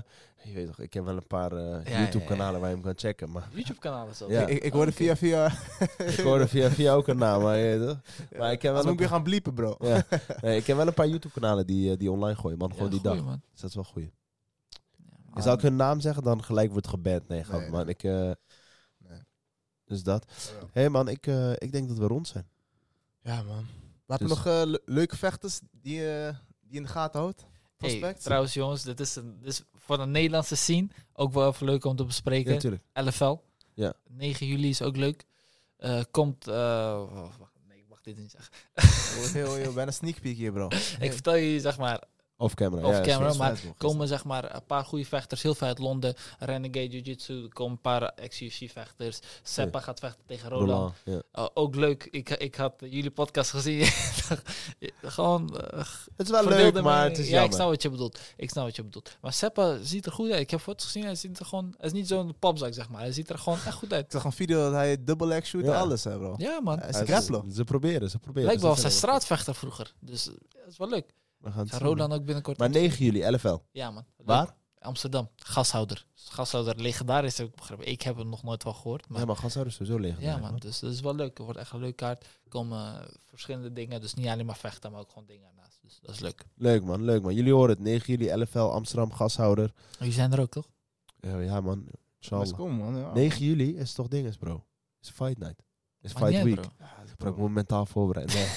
Je weet toch, ik heb wel een paar ja, YouTube-kanalen waar je hem kan checken. Maar YouTube-kanalen zo. Ja. Ik hoorde via... ik hoorde via ook een naam. Maar, je weet toch? Maar ik heb Als wel moet ik weer gaan bliepen, bro. ja. Nee, ik heb wel een paar YouTube-kanalen die online gooien, man. Gewoon die goeie, dag. man. Dus dat is wel goed. Ja, Zal ik hun naam zeggen, dan gelijk wordt geband. Nee, grap, Nee, man. nee. Ik, dus dat. Hé man, ik denk dat we rond zijn. Ja, man. We hebben Dus- nog leuke vechters die je in de gaten houdt. Hey, Prospect. trouwens jongens, dit is voor de Nederlandse scene ook wel even leuk om te bespreken. Ja, natuurlijk. LFL. Ja. 9 juli is ook leuk. Komt... nee, ik mag dit niet zeggen. Heel, bijna sneak peek hier, bro. Ik vertel je zeg maar Off camera. off ja, camera, zoals maar Fred komen zeg maar een paar goede vechters. Heel veel uit Londen. Renegade Jiu-Jitsu. Er komen een paar ex-UFC vechters. Seppa gaat vechten tegen Roland. Roland. Ja. Ook leuk. Ik had jullie podcast gezien. Gewoon... Het is wel verdeelde leuk, maar mening. het is Ja, jammer. ik snap wat je bedoelt. Maar Seppa ziet er goed uit. Ik heb foto's gezien. Hij ziet er gewoon... Hij is niet zo'n papzak, zeg maar. Hij ziet er gewoon echt goed uit. Ik zag een video dat hij double leg shoot Ja. alles, hè, bro. Ja, man. Hij is Ja, een grappler. Ze proberen. Lijkt wel of Ze hij vinden straatvechter vroeger. Dus dat is wel leuk. We gaan het Ga zien. Roland ook binnenkort... Maar 9 juli, LFL. Ja, man. Leuk. Waar? Amsterdam. Gashouder. Gashouder, legendarisch heb ik begrepen. Ik heb hem nog nooit wel gehoord. Maar Ja, maar gashouders sowieso liggen. ja, man. Dus dat is wel leuk. Het wordt echt een leuke kaart. Er komen verschillende dingen. Dus niet alleen maar vechten, maar ook gewoon dingen ernaast. Dus dat is leuk. Leuk, man. Leuk, man. Jullie horen het. 9 juli, LFL, Amsterdam, gashouder. Jullie zijn er ook, toch? Ja, man. Let's Inshallah. go, man. Ja. 9 juli is toch dinges, bro? Is fight night. Is Maar fight niet, week. bro. Bro, ik moet me mentaal voorbereiden. Nee.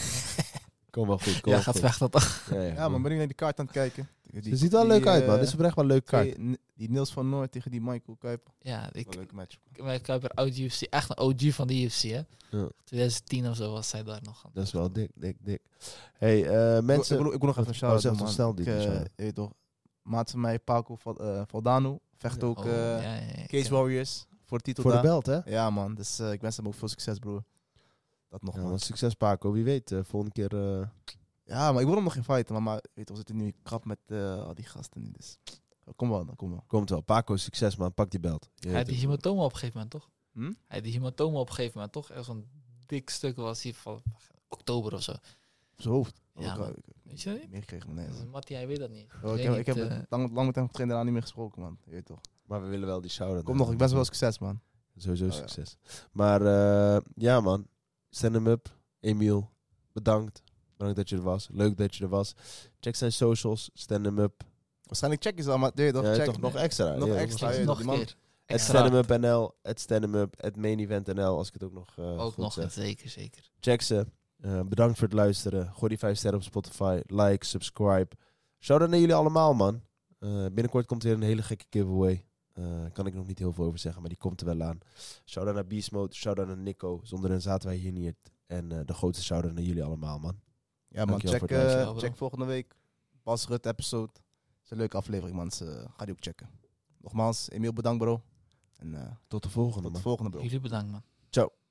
Kom wel goed. Kom Ja, wel gaat goed. vechten toch? Ja, man, ben ik naar die kaart aan het kijken. Ze ziet er wel leuk uit, man. Dit is oprecht wel een leuke kaart. Die Niels van Noord tegen die Michael Kuiper. Ja, Wel een leuke match. ik Kuiper oud UFC. Echt een OG van de UFC, hè? Ja. 2010 of zo was zij daar nog. Dat is wel dik. Hey, mensen... Ik wil nog even een shout-out zeg doen, toch man. snel die shout-out. Je weet toch, maat van mij, Paco Valdano, vecht ook Oh, ja. Cage Warriors voor de titel Voor de daar. belt, hè? Ja, man. Dus ik wens hem ook veel succes, broer. Dat nog, Ja, man. man, succes, Paco. Wie weet, volgende keer... Ja, maar ik wil hem nog in fighten. Maar weet je, we zitten nu krap met al die gasten nu. Dus kom wel, dan kom wel. Komt wel. Paco, succes, man. Pak die belt. Je Hij weet had die het. hematoma op een gegeven moment, toch? Hm? Hij had die hematoma op een gegeven moment, toch? Echt zo'n dik stuk was hij van oktober of zo. Zijn hoofd. Ja, ik, man. ik, Weet je dat niet? meegekregen, maar nee. Dus Mattie, hij weet dat niet. Oh, weet ik heb niet, lang met hem getraind en niet meer gesproken, man. Je weet toch. Maar we willen wel die shout-out. Kom nog, ik wens hem wel succes, man. Sowieso ja. succes. Maar ja, man. Send hem up. Emiel, bedankt. Bedankt dat je er was. Leuk dat je er was. Check zijn socials. Stand hem up. Waarschijnlijk check je ze al, maar je weet toch, Ja, check. toch nog extra. Nog Ja, extra, nog- ja. nog die een man- keer. Het Extra. Stand hem up NL. Het Stand hem up. Het Main Event NL. Als ik het ook nog Ook goed nog, zeg. zeker. Check ze. Bedankt voor het luisteren. Gooi die 5 sterren op Spotify. Like, subscribe. Shout-out naar jullie allemaal, man. Binnenkort komt weer een hele gekke giveaway. Kan ik nog niet heel veel over zeggen, maar die komt er wel aan. Shout-out naar Beast Mode. Shout-out naar Nico. Zonder hen zaten wij hier niet. En de grootste shout-out naar jullie allemaal, man. Ja, man. Dankjewel Check, voor het luisteren, bro. check volgende week. Bas Rut episode. Het is een leuke aflevering, man. Dus, ga die ook checken. Nogmaals, Emiel, bedankt, bro. En Tot de volgende, tot de man. volgende, bro. Jullie bedankt, man. Ciao.